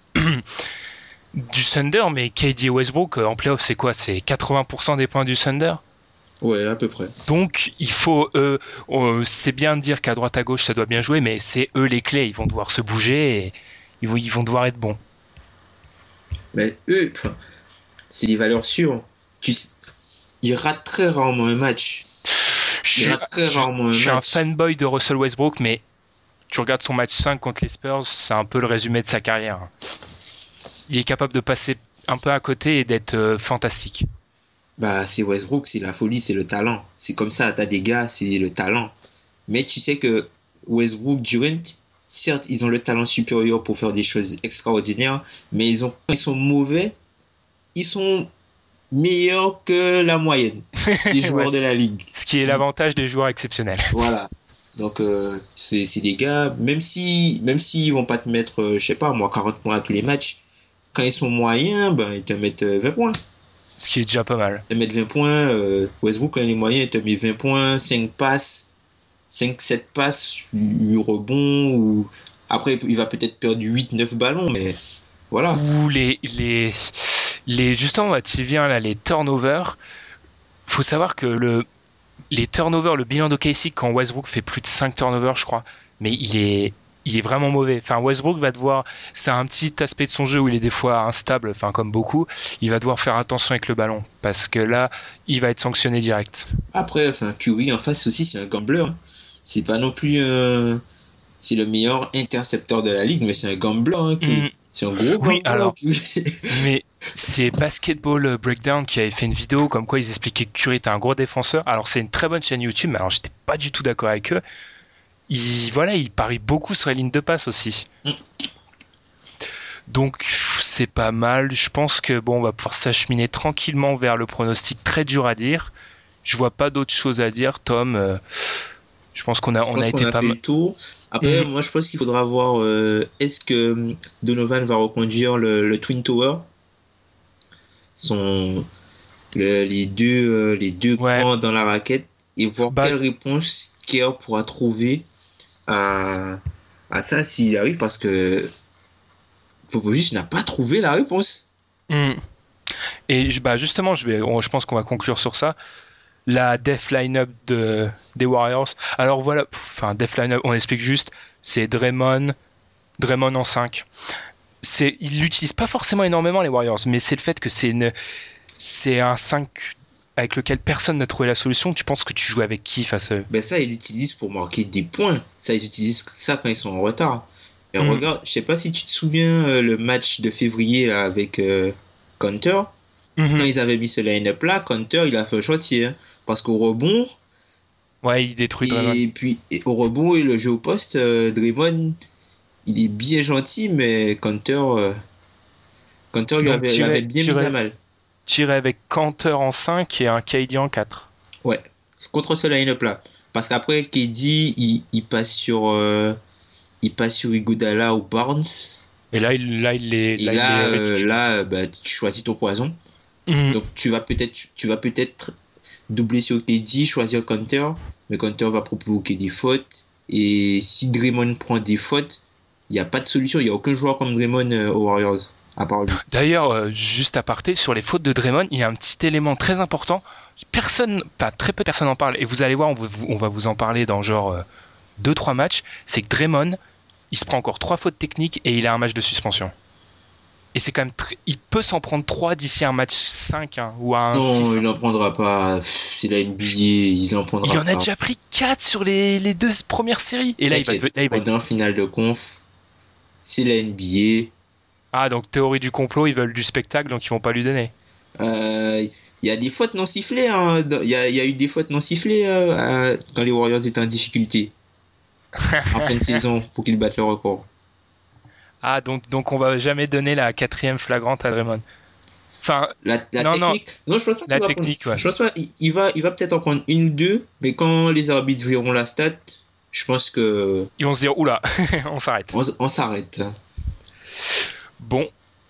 du Thunder, mais KD et Westbrook, en playoff, c'est quoi? C'est 80% des points du Thunder? Ouais, à peu près. Donc, il faut... c'est bien de dire qu'à droite à gauche, ça doit bien jouer, mais c'est eux les clés. Ils vont devoir se bouger et ils vont devoir être bons. Mais eux, c'est des valeurs sûres. Ils ratent très rarement un match. Je suis un fanboy de Russell Westbrook, mais tu regardes son match 5 contre les Spurs, c'est un peu le résumé de sa carrière. Il est capable de passer un peu à côté et d'être fantastique. Bah, c'est Westbrook, c'est la folie, c'est le talent. C'est comme ça, t'as des gars, c'est le talent. Mais tu sais que Westbrook, Durant, certes, ils ont le talent supérieur pour faire des choses extraordinaires, mais quand ils sont mauvais, ils sont meilleurs que la moyenne des joueurs de la ligue. Ce qui est l'avantage des joueurs exceptionnels. Voilà. Donc, c'est des gars, même s'ils vont pas te mettre, je sais pas, moi, 40 points à tous les matchs, quand ils sont moyens, ben, ils te mettent 20 points. Ce qui est déjà pas mal. Ils te mettent 20 points. Westbrook, quand il est moyen, il te met 20 points, 5 passes, 5-7 passes, 8 rebonds. Ou... Après, il va peut-être perdre 8-9 ballons, mais voilà. Ou justement, tu viens là, les turnovers. Faut savoir que les turnovers, le bilan d'OKC quand Westbrook fait plus de 5 turnovers, je crois, mais il est vraiment mauvais. Enfin, Westbrook va devoir, c'est un petit aspect de son jeu où il est des fois instable, enfin comme beaucoup, il va devoir faire attention avec le ballon parce que là, il va être sanctionné direct. Après, enfin, Curry en face aussi, c'est un gambler. C'est pas non plus c'est le meilleur intercepteur de la ligue, mais c'est un gambler. C'est un gros gambler. Oui, alors, mais c'est Basketball Breakdown qui avait fait une vidéo comme quoi ils expliquaient que Curry était un gros défenseur. Alors c'est une très bonne chaîne YouTube, mais alors j'étais pas du tout d'accord avec eux. Il parie beaucoup sur les lignes de passe aussi. Donc c'est pas mal. Je pense que on va pouvoir s'acheminer tranquillement vers le pronostic très dur à dire. Je vois pas d'autres choses à dire, Tom. Je pense qu'on a été pas mal. Après, moi je pense qu'il faudra voir est-ce que Donovan va reconduire le Twin Tower, les deux grands dans la raquette, et voir quelle réponse Kerr pourra trouver à ça s'il arrive, parce que Popovich n'a pas trouvé la réponse. Et justement, je pense qu'on va conclure sur ça. La def line-up des Warriors. Alors voilà, def line-up, on explique juste, c'est Draymond en 5. Ils l'utilisent pas forcément énormément les Warriors, mais c'est le fait que c'est un 5 avec lequel personne n'a trouvé la solution. Tu penses que tu joues avec qui face à eux? Ben ça, ils l'utilisent pour marquer des points. Ça, ils utilisent ça quand ils sont en retard. Et regarde, je sais pas si tu te souviens le match de février là, avec Counter. Quand ils avaient mis ce line-up là, Counter, il a fait un chantier. Parce qu'au rebond... Ouais, il détruit Draymond. Et puis, au rebond et le jeu au poste, Draymond, il est bien gentil, mais Counter lui avait bien mis à mal. Tirer avec Counter en 5 et un KD en 4. Ouais, contre ce line-up là. Parce qu'après, KD, il passe sur Iguodala ou Barnes. Et là, tu choisis ton poison. Donc, tu vas peut-être doubler sur KD, choisir Counter, mais Counter va provoquer des fautes. Et si Draymond prend des fautes, il n'y a pas de solution. Il n'y a aucun joueur comme Draymond aux Warriors. D'ailleurs, juste à parté, sur les fautes de Draymond, il y a un petit élément très important. Très peu de personnes en parlent. Et vous allez voir, on va vous en parler dans genre 2-3 matchs. C'est que Draymond, il se prend encore 3 fautes techniques et il a un match de suspension. Et c'est quand même il peut s'en prendre 3 d'ici un match 5 ou à un 6. Non, il n'en prendra pas. C'est la NBA, il en prendra pas. Il en a déjà pris 4 sur les 2 premières séries. Et là, il va être en finale de conf. C'est la NBA. Ah, donc théorie du complot, ils veulent du spectacle, donc ils vont pas lui donner. Il y a des fautes non sifflées. Il y a eu des fautes non sifflées quand les Warriors étaient en difficulté en fin de saison pour qu'ils battent le record. Ah, donc on va jamais donner la 4e flagrante à Draymond. Enfin, la technique. Non, je pense pas. La technique, ouais. Je pense pas. Il va peut-être en prendre 1 ou 2, mais quand les arbitres verront la stat, je pense que ils vont se dire oula, on s'arrête. On s'arrête. Bon,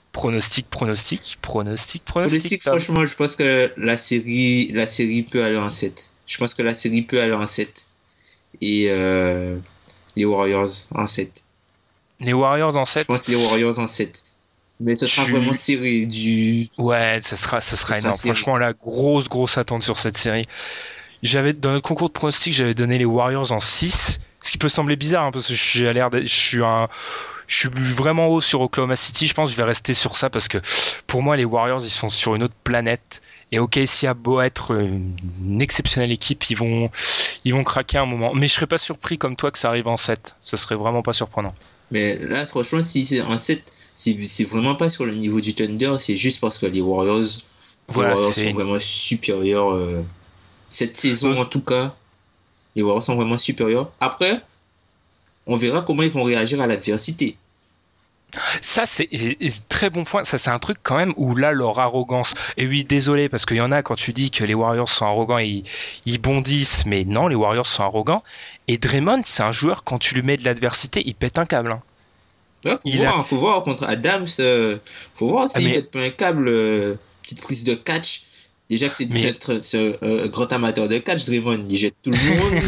Pronostic. Franchement, je pense que la série peut aller en 7. Je pense que la série peut aller en 7. Et les Warriors en 7. Les Warriors en 7. Je pense les Warriors en 7. Mais ce sera vraiment serré. Ouais, ça sera énorme. Serré. Franchement, la grosse attente sur cette série. Dans le concours de pronostics, j'avais donné les Warriors en 6. Ce qui peut sembler bizarre, hein, parce que je suis vraiment haut sur Oklahoma City. Je pense que je vais rester sur ça parce que pour moi, les Warriors, ils sont sur une autre planète. Et OKC a beau être une exceptionnelle équipe, ils vont craquer un moment. Mais je serais pas surpris comme toi que ça arrive en 7. Ça serait vraiment pas surprenant. Mais là, franchement, si c'est en 7, c'est vraiment pas sur le niveau du Thunder. C'est juste parce que les Warriors, sont vraiment supérieurs. Cette saison, en tout cas, les Warriors sont vraiment supérieurs. Après, on verra comment ils vont réagir à l'adversité. Ça, c'est très bon point. Ça, c'est un truc quand même où là, leur arrogance. Et oui, désolé, parce qu'il y en a quand tu dis que les Warriors sont arrogants et ils bondissent, mais non, les Warriors sont arrogants. Et Draymond, c'est un joueur, quand tu lui mets de l'adversité, il pète un câble. Hein. Là, faut voir contre Adams. Faut voir s'il pète pas un câble. Petite prise de catch. Déjà que c'est un grand amateur de catch, Draymond, il jette tout le monde.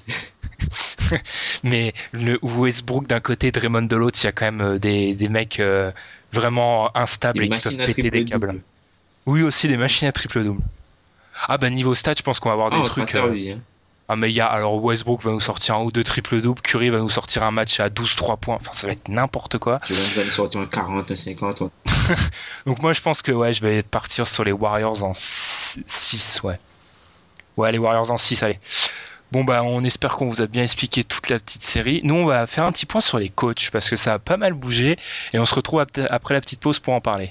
Mais le Westbrook d'un côté, Draymond de l'autre, il y a quand même des mecs vraiment instables et qui peuvent péter des câbles. Double. Oui, aussi des machines à triple-double. Ah bah niveau stats, je pense qu'on va avoir des trucs... Ah mais alors Westbrook va nous sortir un ou deux triple-double, Curry va nous sortir un match à 12-3 points, enfin ça va être n'importe quoi. Curry va nous sortir un 40, un 50. Ouais. Donc moi je pense que je vais partir sur les Warriors en 6, ouais. Ouais, les Warriors en 6, allez. Bon bah on espère qu'on vous a bien expliqué toute la petite série. Nous on va faire un petit point sur les coachs parce que ça a pas mal bougé et on se retrouve après la petite pause pour en parler.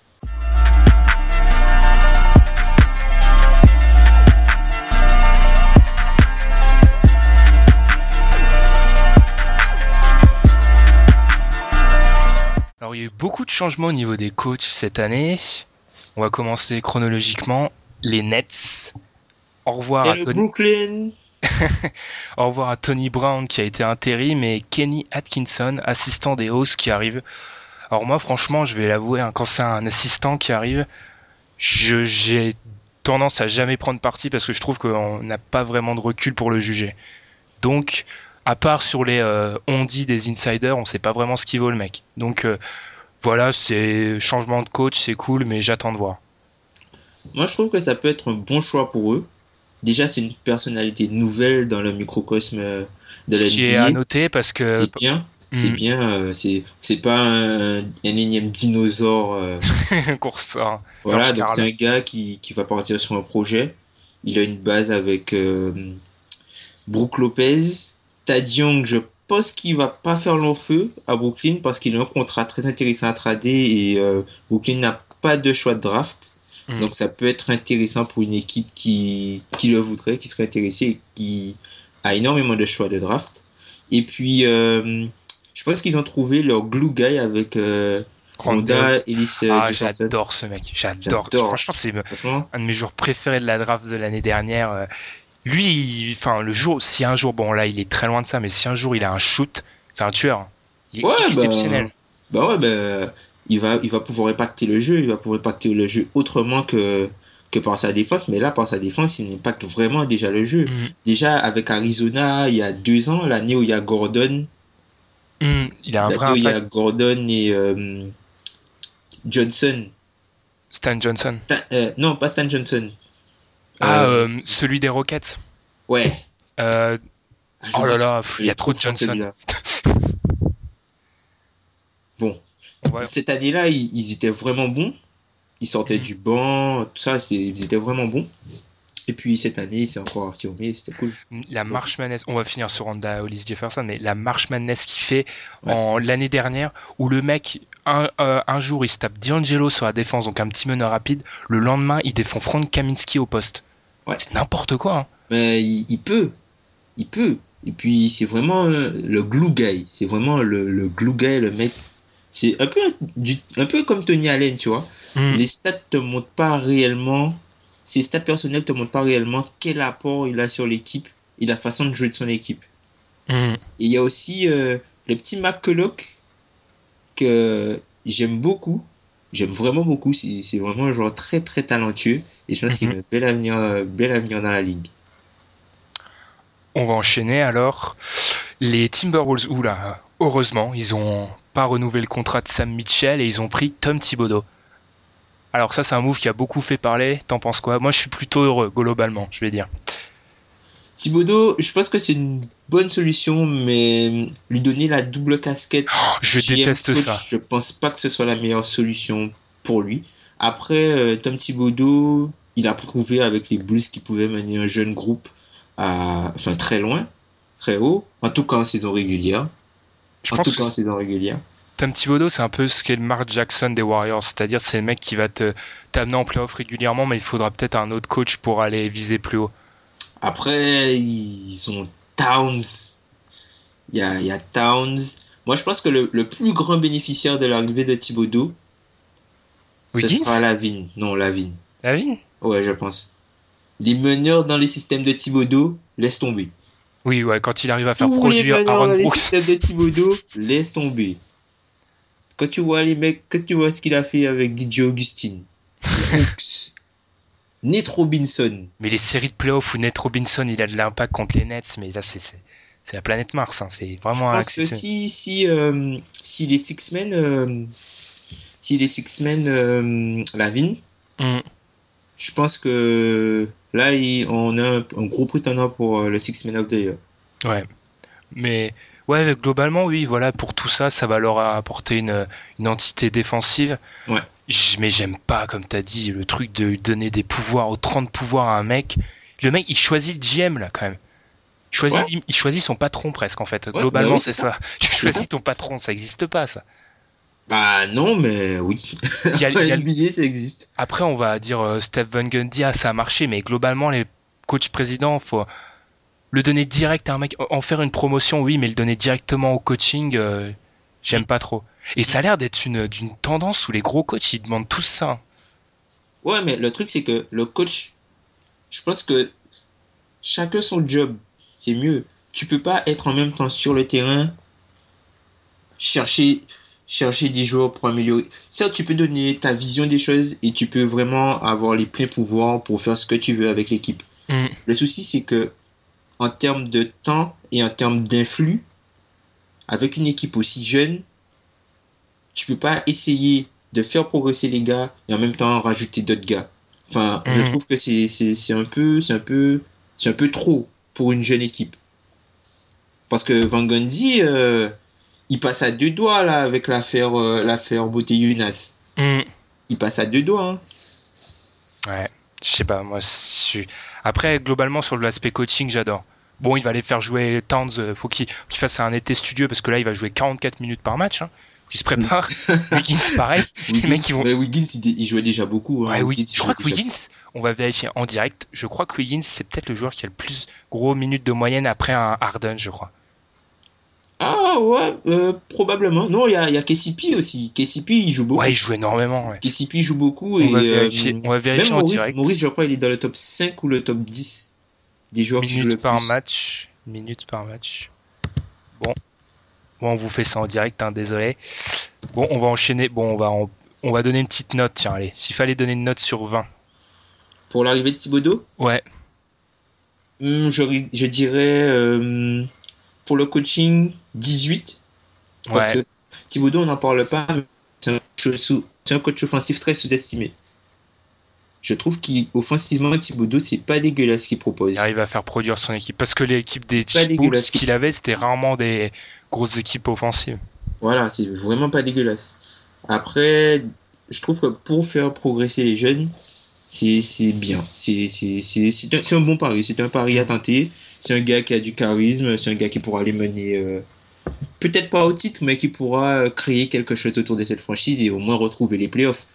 Alors il y a eu beaucoup de changements au niveau des coachs cette année. On va commencer chronologiquement. Les Nets. Au revoir à Tony. Brooklyn. Au revoir à Tony Brown qui a été intérim et Kenny Atkinson, assistant des Hawks qui arrive. Alors moi franchement je vais l'avouer, hein, quand c'est un assistant qui arrive, j'ai tendance à jamais prendre parti parce que je trouve qu'on n'a pas vraiment de recul pour le juger. Donc à part sur les on-dit des insiders, on sait pas vraiment ce qu'il vaut le mec. Donc voilà, c'est changement de coach, c'est cool, mais j'attends de voir. Moi je trouve que ça peut être un bon choix pour eux. Déjà, c'est une personnalité nouvelle dans le microcosme de la NBA. Ce qui est à noter parce que... C'est bien. C'est bien. C'est pas un énième dinosaure. Voilà, donc c'est un gars qui va partir sur un projet. Il a une base avec Brook Lopez. Thad Young, je pense qu'il va pas faire long feu à Brooklyn parce qu'il a un contrat très intéressant à trader et Brooklyn n'a pas de choix de draft. Donc ça peut être intéressant pour une équipe qui le voudrait, qui serait intéressée et qui a énormément de choix de draft. Et puis je pense qu'ils ont trouvé leur glue guy avec Ronda Ellis Jefferson. J'adore ce mec, j'adore. Franchement c'est un de mes joueurs préférés de la draft de l'année dernière. Lui, le jour, si un jour, bon là il est très loin de ça, mais si un jour il a un shoot, c'est un tueur. Il est exceptionnel. Il va pouvoir impacter le jeu, autrement que par sa défense, mais là par sa défense il impacte vraiment déjà le jeu. Déjà avec Arizona il y a 2 ans, l'année où il y a Gordon, il a un vrai impact. Il y a Gordon et Johnson. Stan Johnson. Non, pas Stan Johnson. Celui des Rockets. Ouais. Oh là là, il y a trop de Johnson. Bon. Ouais. Cette année-là, ils étaient vraiment bons. Ils sortaient du banc, tout ça, ils étaient vraiment bons. Et puis cette année, c'est encore affirmé, c'était cool. La marche manesse, on va finir sur Ronda Hollis Jefferson, mais la marche manesse qu'il fait l'année dernière, où le mec, un jour, il se tape D'Angelo sur la défense, donc un petit meneur rapide. Le lendemain, il défend Frank Kaminsky au poste. Ouais. C'est n'importe quoi. Hein. Mais il peut. Et puis c'est vraiment le glue guy. C'est vraiment le glue guy, le mec. C'est un peu comme Tony Allen, tu vois. Les stats te montrent pas réellement, ses stats personnels te montrent pas réellement quel apport il a sur l'équipe et la façon de jouer de son équipe. Et il y a aussi le petit McCulloch que j'aime beaucoup. J'aime vraiment beaucoup. C'est vraiment un joueur très très talentueux et je pense qu'il a un bel avenir dans la ligue. On va enchaîner alors. Les Timberwolves, heureusement, ils ont pas renouvelé le contrat de Sam Mitchell et ils ont pris Tom Thibodeau. Alors ça, c'est un move qui a beaucoup fait parler. T'en penses quoi? Moi, je suis plutôt heureux, globalement, je vais dire. Thibodeau, je pense que c'est une bonne solution, mais lui donner la double casquette, je déteste coach, ça. Je pense pas que ce soit la meilleure solution pour lui. Après, Tom Thibodeau, il a prouvé avec les Bulls qu'il pouvait mener un jeune groupe très loin, très haut, en tout cas en saison régulière. Tom Thibodeau, c'est un peu ce qu'est le Mark Jackson des Warriors, c'est-à-dire c'est le mec qui va t'amener en playoff régulièrement, mais il faudra peut-être un autre coach pour aller viser plus haut. Après, ils ont Towns. Il y a Towns. Moi, je pense que le plus grand bénéficiaire de l'arrivée de Thibodeau, ce sera Lavin. Non, Lavin. Lavin? Ouais, je pense. Les meneurs dans les systèmes de Thibodeau, laisse tomber. Oui, ouais, quand il arrive à faire produire Aaron Brooks. Les systèmes de Thibodeau, laisse tomber. Quand tu vois les mecs, quand tu vois ce qu'il a fait avec DJ Augustin, Brooks, Nate Robinson. Mais les séries de playoffs où Nate Robinson il a de l'impact contre les Nets, mais là c'est la planète Mars, hein. C'est vraiment. Je pense que si les Six Men Lavin, je pense que là on a un gros prétendant pour le Six Men of the Year. Ouais, mais ouais, globalement oui, voilà, pour tout ça, ça va leur apporter une entité défensive. Ouais. Mais j'aime pas, comme t'as dit, le truc de lui donner des pouvoirs, autant de pouvoirs à un mec. Le mec, il choisit le GM, là, quand même. Il choisit son patron, presque, en fait. Globalement, c'est ça. Tu choisis ton patron, ça existe pas, ça. Bah non, mais oui. NBA, ça existe. Après, on va dire Steve Van Gundy, ça a marché, mais globalement, les coachs présidents, faut le donner direct à un mec. En faire une promotion, oui, mais le donner directement au coaching, j'aime pas trop. Et ça a l'air d'être d'une tendance où les gros coachs, ils demandent tous ça. Ouais, mais le truc, c'est que le coach, je pense que chacun son job, c'est mieux. Tu peux pas être en même temps sur le terrain, chercher des joueurs pour améliorer. Certes, tu peux donner ta vision des choses et tu peux vraiment avoir les pleins pouvoirs pour faire ce que tu veux avec l'équipe. Le souci, c'est que en termes de temps et en termes d'influx, avec une équipe aussi jeune, tu peux pas essayer de faire progresser les gars et en même temps rajouter d'autres gars. Enfin, je trouve que c'est un peu trop pour une jeune équipe. Parce que Van Gundy, il passe à 2 doigts là avec l'affaire Beauté Younas. Il passe à 2 doigts. Hein. Ouais, je sais pas, moi après globalement sur l'aspect coaching, j'adore. Bon, il va aller faire jouer Towns, faut qu'il fasse un été studieux parce que là il va jouer 44 minutes par match. Hein. Il se prépare. Wiggins, pareil. Les mecs, ils vont... Mais Wiggins, il jouait déjà beaucoup. Hein. Ouais, je crois que Wiggins, on va vérifier en direct. Je crois que Wiggins, c'est peut-être le joueur qui a le plus gros minutes de moyenne après un Harden, je crois. Ah ouais, probablement. Non, il y a KCP aussi. KCP, il joue beaucoup. Ouais, il joue énormément. Ouais. KCP joue beaucoup. On va vérifier même en direct. Maurice, je crois, il est dans le top 5 ou le top 10 des joueurs qui jouent le plus. Minutes par match. Bon, on vous fait ça en direct, hein, désolé. Bon, on va enchaîner. Bon, on va donner une petite note. Tiens, allez, s'il fallait donner une note sur 20. Pour l'arrivée de Thibodeau ? Ouais. Je dirais, pour le coaching, 18. Parce que Thibodeau, on n'en parle pas, mais c'est un coach offensif très sous-estimé. Je trouve qu'offensivement, Thibodeau, c'est pas dégueulasse ce qu'il propose. Il arrive à faire produire son équipe. Parce que l'équipe des Bulls qu'il avait, c'était rarement des grosses équipes offensives. Voilà, c'est vraiment pas dégueulasse. Après, je trouve que pour faire progresser les jeunes, c'est bien. C'est un bon pari. C'est un pari à tenter. C'est un gars qui a du charisme. C'est un gars qui pourra les mener, peut-être pas au titre, mais qui pourra créer quelque chose autour de cette franchise et au moins retrouver les playoffs.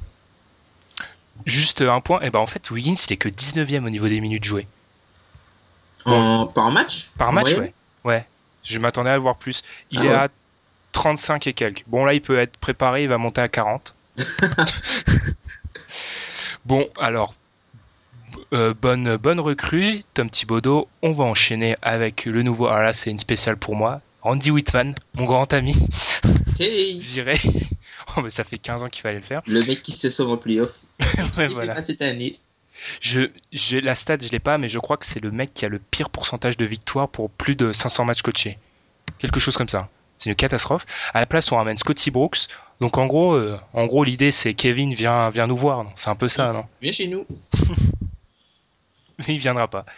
Juste un point, en fait, Wiggins, il est que 19e au niveau des minutes jouées. Par match ? Par match, ouais. Je m'attendais à le voir plus. Il est à 35 et quelques. Bon, là, il peut être préparé, il va monter à 40. Bon, alors, bonne recrue, Tom Thibodeau. On va enchaîner avec le nouveau. Alors là, c'est une spéciale pour moi. Randy Whitman, mon grand ami. Hey. Viré. Oh, mais ça fait 15 ans qu'il fallait le faire. Le mec qui se sauve en playoff. Ouais, voilà. Pas cette année. La stat, je l'ai pas, mais je crois que c'est le mec qui a le pire pourcentage de victoires pour plus de 500 matchs coachés. Quelque chose comme ça. C'est une catastrophe. À la place, on ramène Scotty Brooks. Donc en gros, l'idée c'est Kevin vient nous voir. Non, c'est un peu ça, non? Viens chez nous. Mais il viendra pas.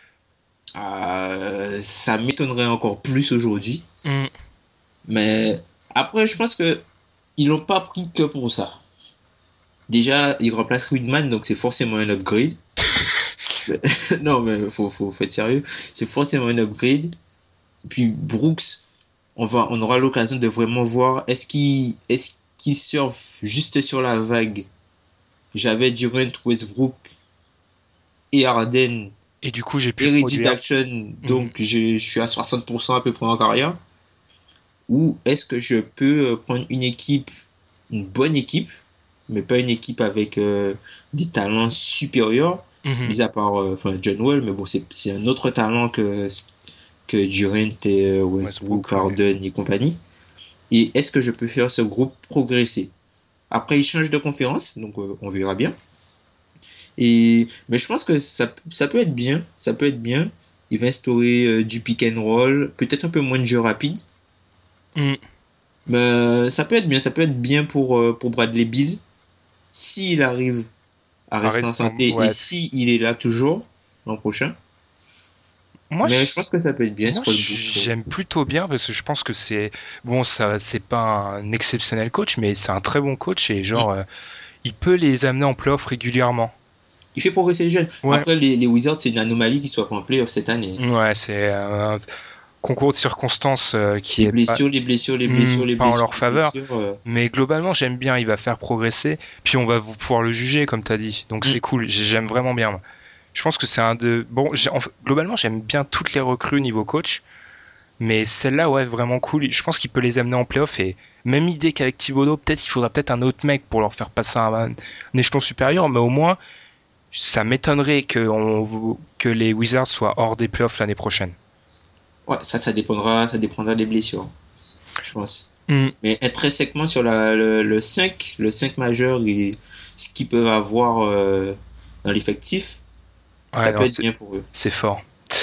Ça m'étonnerait encore plus aujourd'hui. Mm. Mais après, je pense que ils l'ont pas pris que pour ça. Déjà, ils remplacent Widman, donc c'est forcément un upgrade. Non, mais faut être sérieux. C'est forcément un upgrade. Puis Brooks, on aura l'occasion de vraiment voir est-ce qu'il surfe juste sur la vague. J'avais Durant, Westbrook et Harden. Et du coup, j'ai pu Heredity d'action, donc je suis à 60% à peu près en carrière. Ou est-ce que je peux prendre une bonne équipe, mais pas une équipe avec des talents supérieurs, mis à part John Wall, mais bon, c'est un autre talent que Durant et Westbrook, Harden et compagnie. Et est-ce que je peux faire ce groupe progresser? Après, ils changent de conférence, donc on verra bien. Mais je pense que ça peut être bien. Ça peut être bien. Il va instaurer du pick and roll, peut-être un peu moins de jeu rapide. Mais ça peut être bien. Ça peut être bien pour Bradley Beal s'il arrive à rester en santé et s'il est là toujours l'an prochain. Mais je pense que ça peut être bien. J'aime plutôt bien parce que je pense que c'est pas un exceptionnel coach, mais c'est un très bon coach et il peut les amener en playoff régulièrement. Il fait progresser les jeunes. Ouais. Après, les Wizards, c'est une anomalie qu'ils soient pas en playoff cette année. Ouais, c'est un concours de circonstances qui les blessures pas en leur faveur. Mais globalement, j'aime bien. Il va faire progresser. Puis on va pouvoir le juger, comme tu as dit. Donc c'est cool. J'aime vraiment bien. Moi. Je pense que c'est globalement, j'aime bien toutes les recrues niveau coach. Mais celle-là, ouais, vraiment cool. Je pense qu'il peut les amener en playoff. Et même idée qu'avec Thibodeau, il faudra peut-être un autre mec pour leur faire passer un échelon supérieur. Mais au moins, ça m'étonnerait que les Wizards soient hors des playoffs l'année prochaine. Ouais, ça dépendra des blessures, je pense. Mais intrinsèquement sur le 5 majeur et ce qu'ils peuvent avoir dans l'effectif, ça peut être bien pour eux. C'est fort.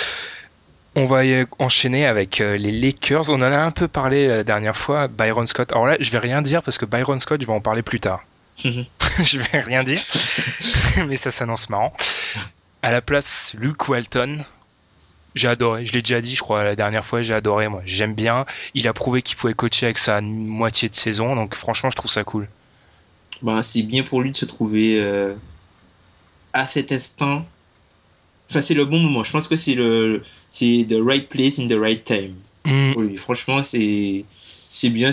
On va enchaîner avec les Lakers. On en a un peu parlé la dernière fois, Byron Scott. Alors là, je vais rien dire parce que Byron Scott, je vais en parler plus tard. Je vais rien dire, mais ça s'annonce marrant. À la place, Luke Walton. J'ai adoré, je l'ai déjà dit, je crois, la dernière fois, j'ai adoré, moi. J'aime bien. Il a prouvé qu'il pouvait coacher avec sa moitié de saison, donc franchement, je trouve ça cool. C'est bien pour lui de se trouver à cet instant. Enfin, c'est le bon moment. Je pense que c'est the right place in the right time. Oui, franchement, c'est bien,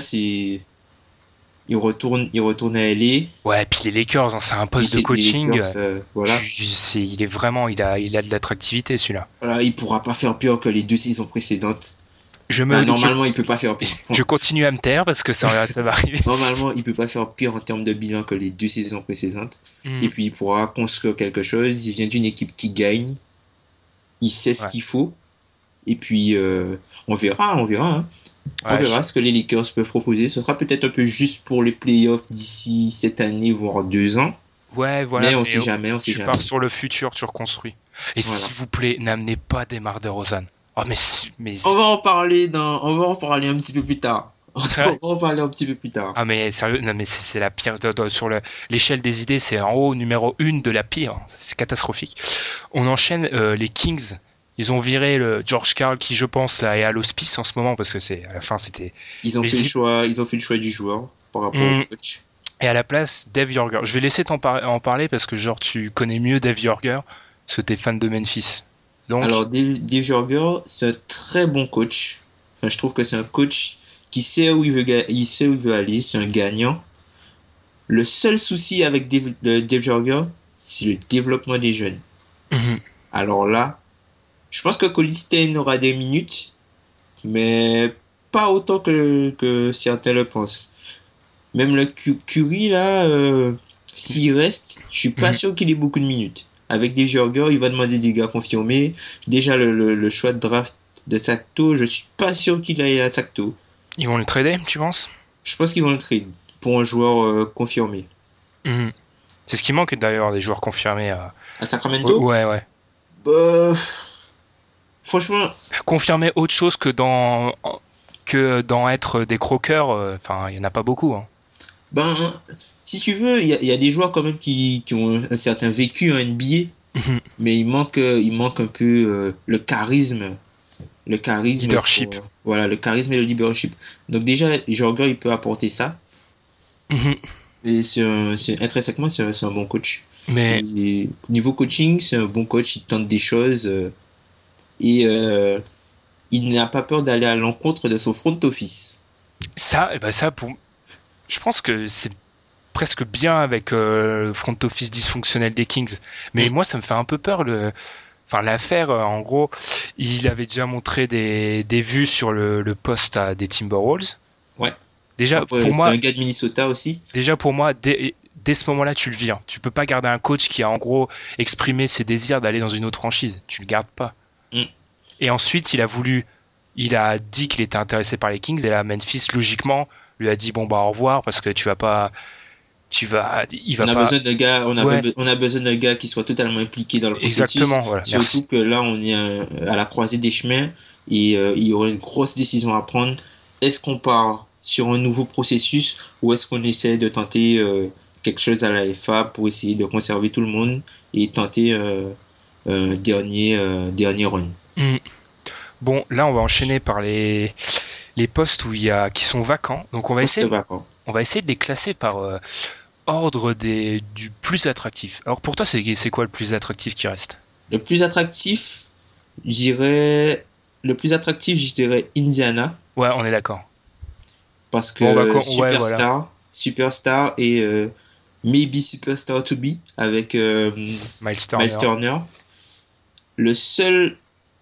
il retourne à LA. Ouais, puis les Lakers, c'est un poste de coaching. Lakers, voilà. Il est vraiment, il a de l'attractivité celui-là. Voilà, il pourra pas faire pire que les 2 saisons précédentes. Normalement, il peut pas faire pire. Je continue à me taire parce que ça va arriver. Normalement, il peut pas faire pire en termes de bilan que les 2 saisons précédentes. Et puis, il pourra construire quelque chose. Il vient d'une équipe qui gagne. Il sait ce qu'il faut. Et puis, on verra. Hein. On verra ce que les Lakers peuvent proposer. Ce sera peut-être un peu juste pour les playoffs d'ici cette année, voire 2 ans. Ouais, voilà. Mais on sait jamais. Tu pars sur le futur, tu reconstruis. Et s'il vous plaît, n'amenez pas DeMar DeRozan. Oh, mais on va en parler un petit peu plus tard. On va en parler un petit peu plus tard. Ah, mais sérieux, non, mais c'est la pire. Sur l'échelle des idées, c'est en haut, numéro 1 de la pire. C'est catastrophique. On enchaîne les Kings. Ils ont viré le George Karl qui, je pense, là, est à l'hospice en ce moment parce que à la fin, c'était. Ils ont fait le choix du joueur par rapport au coach. Et à la place, Dave Joerger. Je vais laisser en parler parce que tu connais mieux Dave Joerger parce que t'es fan de Memphis. Donc... Alors, Dave Joerger, c'est un très bon coach. Enfin, je trouve que c'est un coach qui sait où il veut aller. C'est un gagnant. Le seul souci avec Dave Joerger, c'est le développement des jeunes. Alors là, je pense que Colistein aura des minutes, mais pas autant que certains le pensent. Même le Curry, là, s'il reste, je suis pas sûr qu'il ait beaucoup de minutes. Avec Dave Joerger, il va demander des gars confirmés. Déjà, le choix de draft de Sacto, je suis pas sûr qu'il aille à Sacto. Ils vont le trader, tu penses? Je pense qu'ils vont le trade. pour un joueur confirmé. Mm-hmm. C'est ce qui manque d'ailleurs, des joueurs confirmés à Sacramento. Ouais. Franchement, confirmer autre chose que dans être des croqueurs, il y en a pas beaucoup. Hein. Ben, si tu veux, il y a des joueurs quand même qui ont un certain vécu en NBA, mais il manque un peu le charisme. Leadership. Voilà, le charisme et le leadership. Donc déjà, Jorger, il peut apporter ça. Et intrinsèquement, c'est un bon coach. Mais niveau coaching, c'est un bon coach. Il tente des choses et il n'a pas peur d'aller à l'encontre de son front office. Je pense que c'est presque bien avec le front office dysfonctionnel des Kings. Mais moi, ça me fait un peu peur. L'affaire, en gros, il avait déjà montré des vues sur le poste des Timberwolves. Ouais. Déjà, pour moi, c'est un gars de Minnesota aussi. Déjà, pour moi, dès ce moment-là, tu le vires. Tu peux pas garder un coach qui a en gros exprimé ses désirs d'aller dans une autre franchise. Tu le gardes pas. Et ensuite, il a dit qu'il était intéressé par les Kings, et là, Memphis, logiquement, lui a dit bon bah au revoir parce que on a besoin d'un gars qui soit totalement impliqué dans le processus. Exactement, voilà. Surtout Merci. que là, on est à la croisée des chemins et il y aurait une grosse décision à prendre. Est-ce qu'on part sur un nouveau processus ou est-ce qu'on essaie de tenter quelque chose à la FA pour essayer de conserver tout le monde et tenter un dernier run? Bon, là, on va enchaîner par les postes qui sont vacants. Donc, on va essayer de les classer par ordre du plus attractif. Alors, pour toi, c'est quoi le plus attractif qui reste? Le plus attractif, je dirais Indiana. Ouais, on est d'accord. Parce que superstar et maybe superstar to be avec Miles Turner. Le seul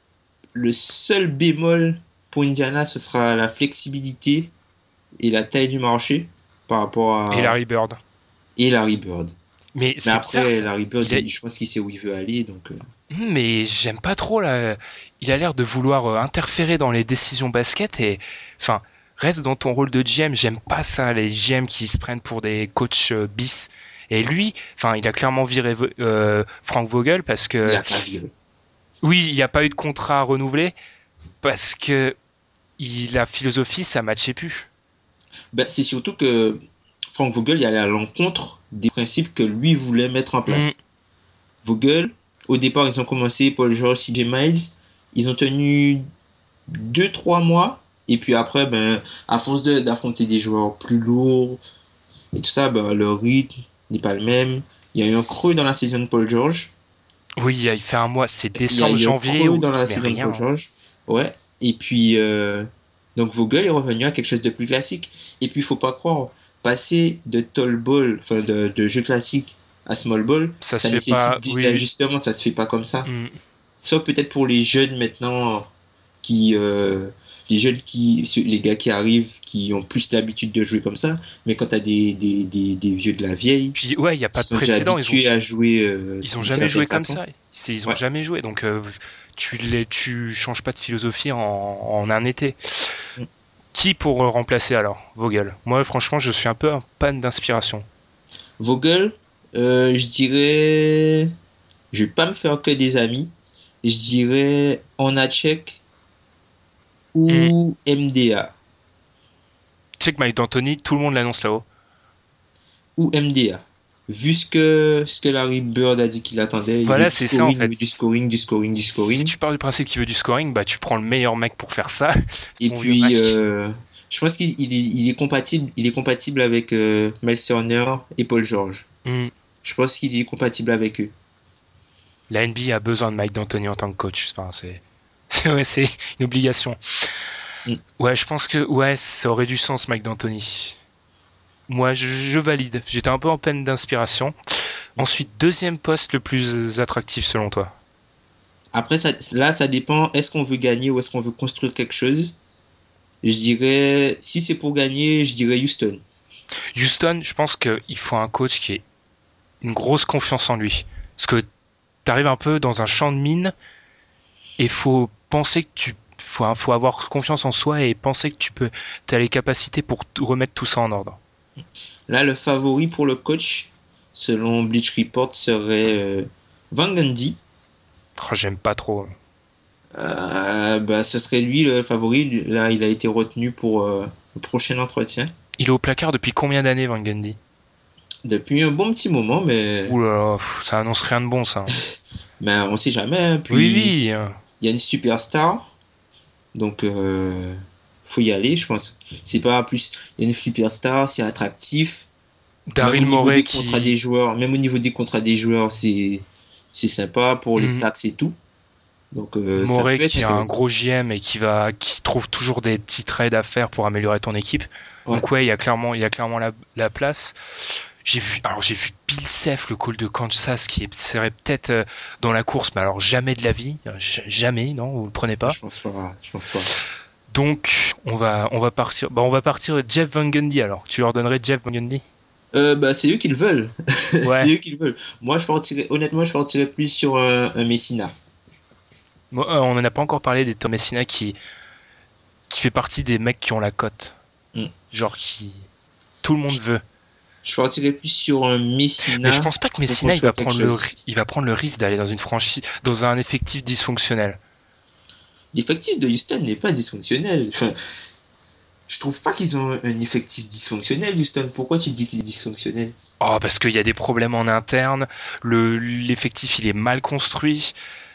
bémol pour Indiana, ce sera la flexibilité et la taille du marché par rapport à... Et Larry Bird. Mais après, Larry Bird, je pense qu'il sait où il veut aller. Donc, Mais j'aime pas trop là. Il a l'air de vouloir interférer dans les décisions basket et... reste dans ton rôle de GM. J'aime pas ça, les GM qui se prennent pour des coachs bis. Et lui, il a clairement viré Frank Vogel parce que... Il a pas viré. Oui, il n'y a pas eu de contrat renouvelé parce que la philosophie, ça matchait plus. C'est surtout que Frank Vogel, il allait à l'encontre des principes que lui voulait mettre en place. Vogel, au départ, ils ont commencé Paul George, CJ Miles. Ils ont tenu 2-3 mois. Et puis après, à force d'affronter des joueurs plus lourds et tout ça, le rythme n'est pas le même. Il y a eu un creux dans la saison de Paul George. Oui, il fait un mois, c'est décembre, janvier. Dans la saison de Paul George. Ouais. Et puis, donc Vogel est revenu à quelque chose de plus classique. Et puis, il faut pas croire, passer de tall ball, de jeu classique à small ball, ça nécessite des ajustements, ça se fait pas comme ça. Sauf peut-être pour les jeunes maintenant, les gars qui arrivent, qui ont plus l'habitude de jouer comme ça, mais quand t'as des vieux de la vieille, puis il y a pas de précédent, ils ont jamais joué comme ça. Ils ont jamais joué, donc tu changes pas de philosophie en un été. Qui pour remplacer alors Vogel? Moi, franchement, je suis un peu en panne d'inspiration. Vogel, je dirais, je vais pas me faire que des amis. Je dirais Hornacek ou MDA. Tu sais que Mike D'Antoni, tout le monde l'annonce là-haut. Ou MDA. Vu ce que Larry Bird a dit qu'il attendait. Voilà, c'est ça en fait. Du scoring. Si tu pars du principe qu'il veut du scoring, tu prends le meilleur mec pour faire ça. Et puis, je pense qu'il est compatible avec Miles Turner et Paul George. Je pense qu'il est compatible avec eux. La NBA a besoin de Mike D'Antoni en tant que coach. C'est une obligation. Ouais, je pense que ça aurait du sens, Mike D'Antoni. Moi, je valide. J'étais un peu en peine d'inspiration. Ensuite, deuxième poste le plus attractif selon toi? Après, ça dépend. Est-ce qu'on veut gagner ou est-ce qu'on veut construire quelque chose? Je dirais, si c'est pour gagner, je dirais Houston. Houston, je pense qu'il faut un coach qui ait une grosse confiance en lui. Parce que tu arrives un peu dans un champ de mine et faut penser que faut avoir confiance en soi et penser que tu as les capacités pour remettre tout ça en ordre. Là, le favori pour le coach, selon Bleach Report, serait Van Gundy. Oh, j'aime pas trop. Ce serait lui le favori. Là, il a été retenu pour le prochain entretien. Il est au placard depuis combien d'années, Van Gundy? Depuis un bon petit moment, mais... Ouh là là, ça annonce rien de bon, ça. Mais on sait jamais. Hein. Puis, Oui. Il y a une superstar. Donc, faut y aller, je pense. C'est pas plus... Il y a une superstar, c'est attractif. Daryl Morey qui... Même au niveau des contrats des joueurs, c'est sympa pour les taxes et tout. Donc, Morey qui a un gros GM et qui trouve toujours des petits trades à faire pour améliorer ton équipe. Ouais. Donc ouais, il y a clairement la place. J'ai vu Bill Self, le call de Kansas, qui serait peut-être dans la course, mais alors jamais de la vie, jamais, non, vous le prenez pas. Je pense pas. Donc on va partir. On va partir Jeff Van Gundy alors. Tu leur donnerais Jeff Van Gundy? C'est eux qui le veulent. Ouais. C'est eux qui le veulent. Moi, je partirais plus sur un Messina. On en a pas encore parlé des Tom Messina qui fait partie des mecs qui ont la cote. Genre qui tout le monde veut. Je partirais plus sur un Messina. Mais je pense pas que Messina il va prendre le risque d'aller dans une franchise, dans un effectif dysfonctionnel. L'effectif de Houston n'est pas dysfonctionnel. Enfin, je trouve pas qu'ils ont un effectif dysfonctionnel, Houston. Pourquoi tu dis qu'il est dysfonctionnel? Parce qu'il y a des problèmes en interne. L'effectif il est mal construit.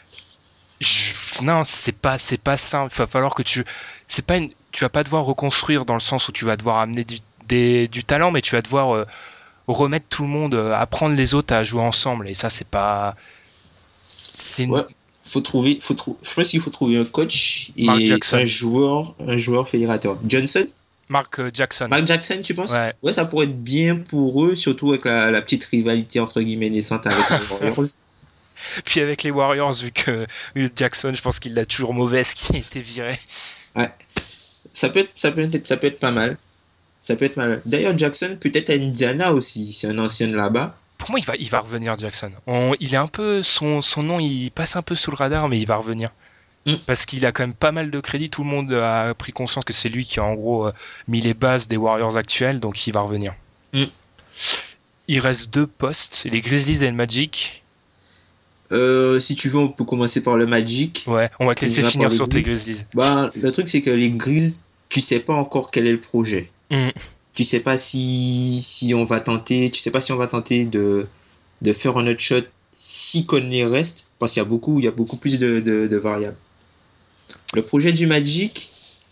Non, c'est pas simple. Il va falloir que tu vas pas devoir reconstruire dans le sens où tu vas devoir amener du talent, mais tu vas devoir remettre tout le monde, apprendre les autres à jouer ensemble. Et ça, c'est pas. Ouais. Je pense qu'il faut trouver un coach et un joueur fédérateur. Mark Jackson. Mark Jackson, tu penses? Ouais, ça pourrait être bien pour eux, surtout avec la petite rivalité entre guillemets naissante avec les Warriors. Puis avec les Warriors, vu que Jackson, je pense qu'il l'a toujours mauvaise, qui a été viré. Ouais. Ça peut être pas mal. Ça peut être mal. D'ailleurs, Jackson, peut-être à Indiana aussi. C'est un ancien de là-bas. Pour moi, il va revenir, Jackson. Il est un peu son nom, il passe un peu sous le radar, mais il va revenir. Parce qu'il a quand même pas mal de crédit. Tout le monde a pris conscience que c'est lui qui a en gros mis les bases des Warriors actuels, donc il va revenir. Il reste 2 postes, les Grizzlies et le Magic. Si tu veux, on peut commencer par le Magic. Ouais, on va te laisser finir sur tes Grizzlies. Le truc, c'est que les Grizzlies, tu sais pas encore quel est le projet. Tu sais pas si on va tenter, de faire un autre shot si Conley reste, parce qu'il y a beaucoup plus de variables. Le projet du Magic,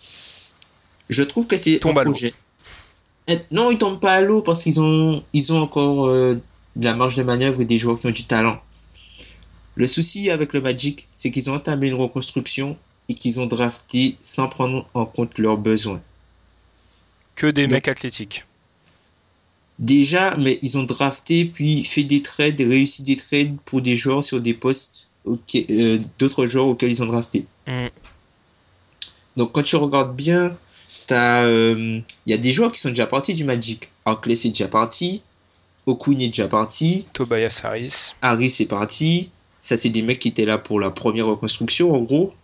je trouve que c'est un projet. Non, il tombe pas à l'eau parce qu'ils ont encore de la marge de manœuvre et des joueurs qui ont du talent. Le souci avec le Magic, c'est qu'ils ont entamé une reconstruction et qu'ils ont drafté sans prendre en compte leurs besoins. Que des mecs athlétiques. Déjà, mais ils ont drafté puis fait des trades, réussi des trades pour des joueurs sur des postes d'autres joueurs auxquels ils ont drafté. Donc quand tu regardes bien, il y a des joueurs qui sont déjà partis du Magic. Harkless est déjà parti, Okun est déjà parti, Tobias Harris est parti. Ça, c'est des mecs qui étaient là pour la première reconstruction, en gros.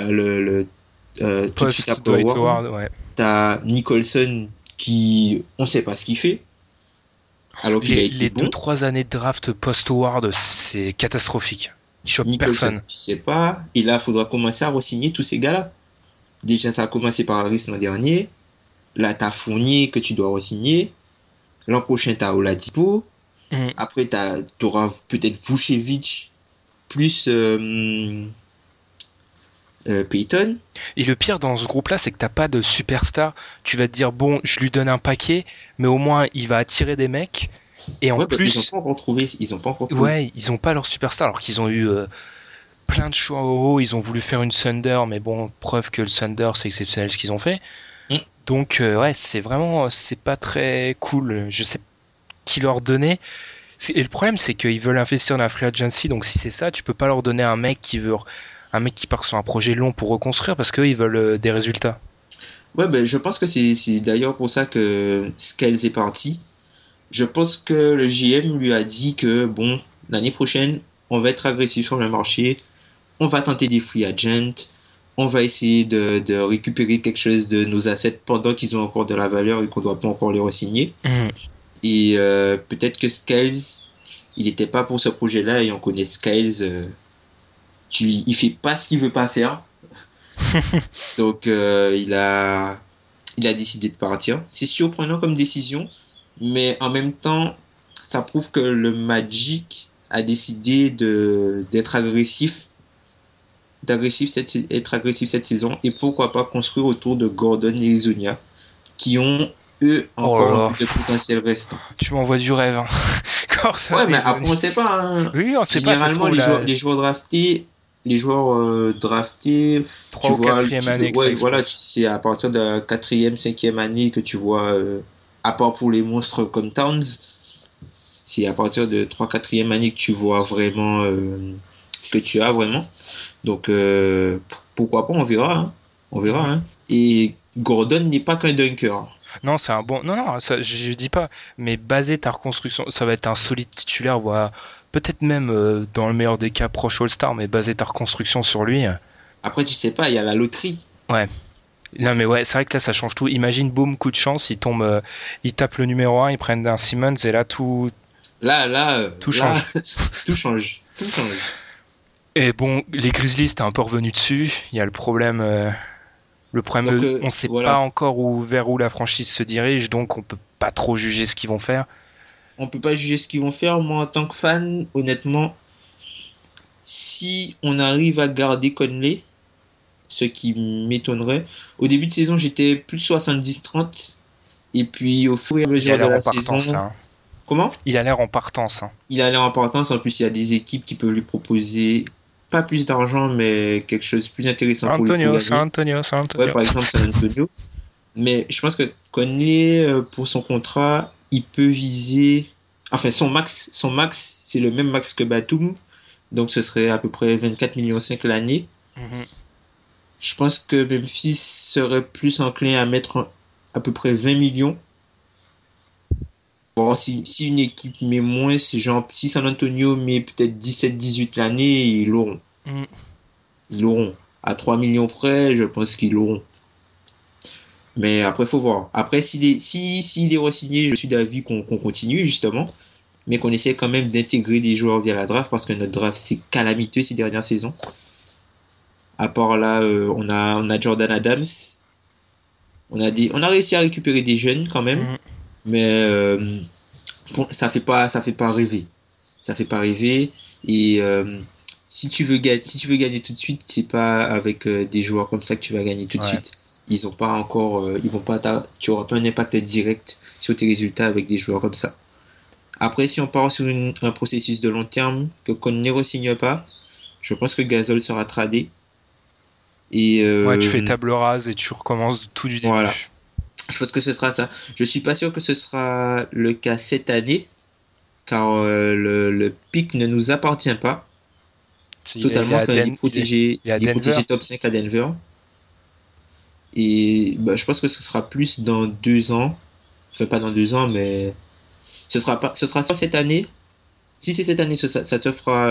Tout de suite après Howard. Ouais. T'as Nicholson qui, on sait pas ce qu'il fait. Alors qu'il a été les bon. 2-3 années de draft post-Howard, c'est catastrophique. Il chope Nicholson, personne. Tu sais pas. Et là, il faudra commencer à re-signer tous ces gars-là. Déjà, ça a commencé par Harris l'an dernier. Là, t'as Fournier que tu dois re-signer. L'an prochain, t'as Oladipo. Après, t'auras peut-être Vucevic plus Payton. Et le pire dans ce groupe-là, c'est que t'as pas de superstar. Tu vas te dire, bon, je lui donne un paquet, mais au moins, il va attirer des mecs. Et en plus... Ils ont pas encore trouvé. Ouais, ils ont pas leur superstar, alors qu'ils ont eu plein de choix au haut. Ils ont voulu faire une Thunder, mais bon, preuve que le Thunder, c'est exceptionnel ce qu'ils ont fait. Donc, c'est vraiment... C'est pas très cool. Je sais qui leur donner. Et le problème, c'est qu'ils veulent investir dans la free agency, donc si c'est ça, tu peux pas leur donner un mec qui part sur un projet long pour reconstruire, parce qu'eux, ils veulent des résultats. Ouais, je pense que c'est d'ailleurs pour ça que Scales est parti. Je pense que le GM lui a dit que, bon, l'année prochaine, on va être agressif sur le marché, on va tenter des free agents, on va essayer de récupérer quelque chose de nos assets pendant qu'ils ont encore de la valeur et qu'on ne doit pas encore les re-signer. Et peut-être que Skiles, il n'était pas pour ce projet-là, et on connaît Skiles, il fait pas ce qu'il veut pas faire. Donc il a décidé de partir. C'est surprenant comme décision, mais en même temps, ça prouve que le Magic a décidé d'être agressif cette saison, et pourquoi pas construire autour de Gordon et Isonia, qui ont eux encore un peu de potentiel restant. Tu m'envoies du rêve. Hein. Ouais, mais après on sait pas. Hein. Oui, on sait pas. Généralement, les joueurs draftés, 3 ou 4e année. Ouais, voilà, c'est à partir de la 4e, 5e année que tu vois, à part pour les monstres comme Towns, c'est à partir de 3-4e année que tu vois vraiment ce que tu as vraiment. Donc pourquoi pas, on verra. Hein. On verra. Hein. Et Gordon n'est pas qu'un dunker. Non, c'est un bon. Non, ça, je dis pas. Mais baser ta reconstruction, ça va être un solide titulaire, voilà. Peut-être même dans le meilleur des cas proche All-Star, mais baser ta reconstruction sur lui. Après, tu sais pas, il y a la loterie. Ouais. Non, mais ouais, c'est vrai que là, ça change tout. Imagine, boum, coup de chance, il tombe, il tape le numéro 1, ils prennent un Simmons, et là, tout change. Tout change. Et bon, les Grizzlies, t'es un peu revenu dessus. Il y a le problème. Donc, on sait pas encore vers où la franchise se dirige, donc on peut pas trop juger ce qu'ils vont faire. On peut pas juger ce qu'ils vont faire. Moi, en tant que fan, honnêtement, si on arrive à garder Conley, ce qui m'étonnerait, au début de saison, j'étais plus 70-30, et puis au fur et à mesure de la saison... Hein. Comment ? Il a l'air en partance. Hein. Il a l'air en partance. En plus, il y a des équipes qui peuvent lui proposer pas plus d'argent, mais quelque chose de plus intéressant pour lui. San Antonio. Ouais, par exemple, San Antonio. Mais je pense que Conley, pour son contrat, il peut viser... Enfin, son max, c'est le même max que Batum. Donc, ce serait à peu près 24,5 millions l'année. Je pense que Memphis serait plus enclin à mettre à peu près 20 millions. Bon, si une équipe met moins, c'est genre, si San Antonio met peut-être 17-18 l'année, ils l'auront. Ils l'auront. À 3 millions près, je pense qu'ils l'auront. Mais après, il faut voir. Après, s'il est re-signé, je suis d'avis qu'on continue, justement. Mais qu'on essaie quand même d'intégrer des joueurs via la draft, parce que notre draft, c'est calamiteux ces dernières saisons. À part là, on a Jordan Adams. On a réussi à récupérer des jeunes quand même. Mais ça fait pas rêver. Ça fait pas rêver. Et si tu veux gagner tout de suite, c'est pas avec des joueurs comme ça que tu vas gagner tout de suite. Ils ont pas encore, tu auras pas un impact direct sur tes résultats avec des joueurs comme ça. Après, si on part sur un processus de long terme que Conley ne re-signe pas, je pense que Gasol sera tradé. Et tu fais table rase et tu recommences tout du début. Voilà. Je pense que ce sera ça. Je suis pas sûr que ce sera le cas cette année, car le pick ne nous appartient pas. Totalement, il est protégé top 5 à Denver. Et je pense que ce sera plus dans 2 ans. Enfin, pas dans 2 ans, mais ce sera soit cette année. Si c'est cette année, ça se fera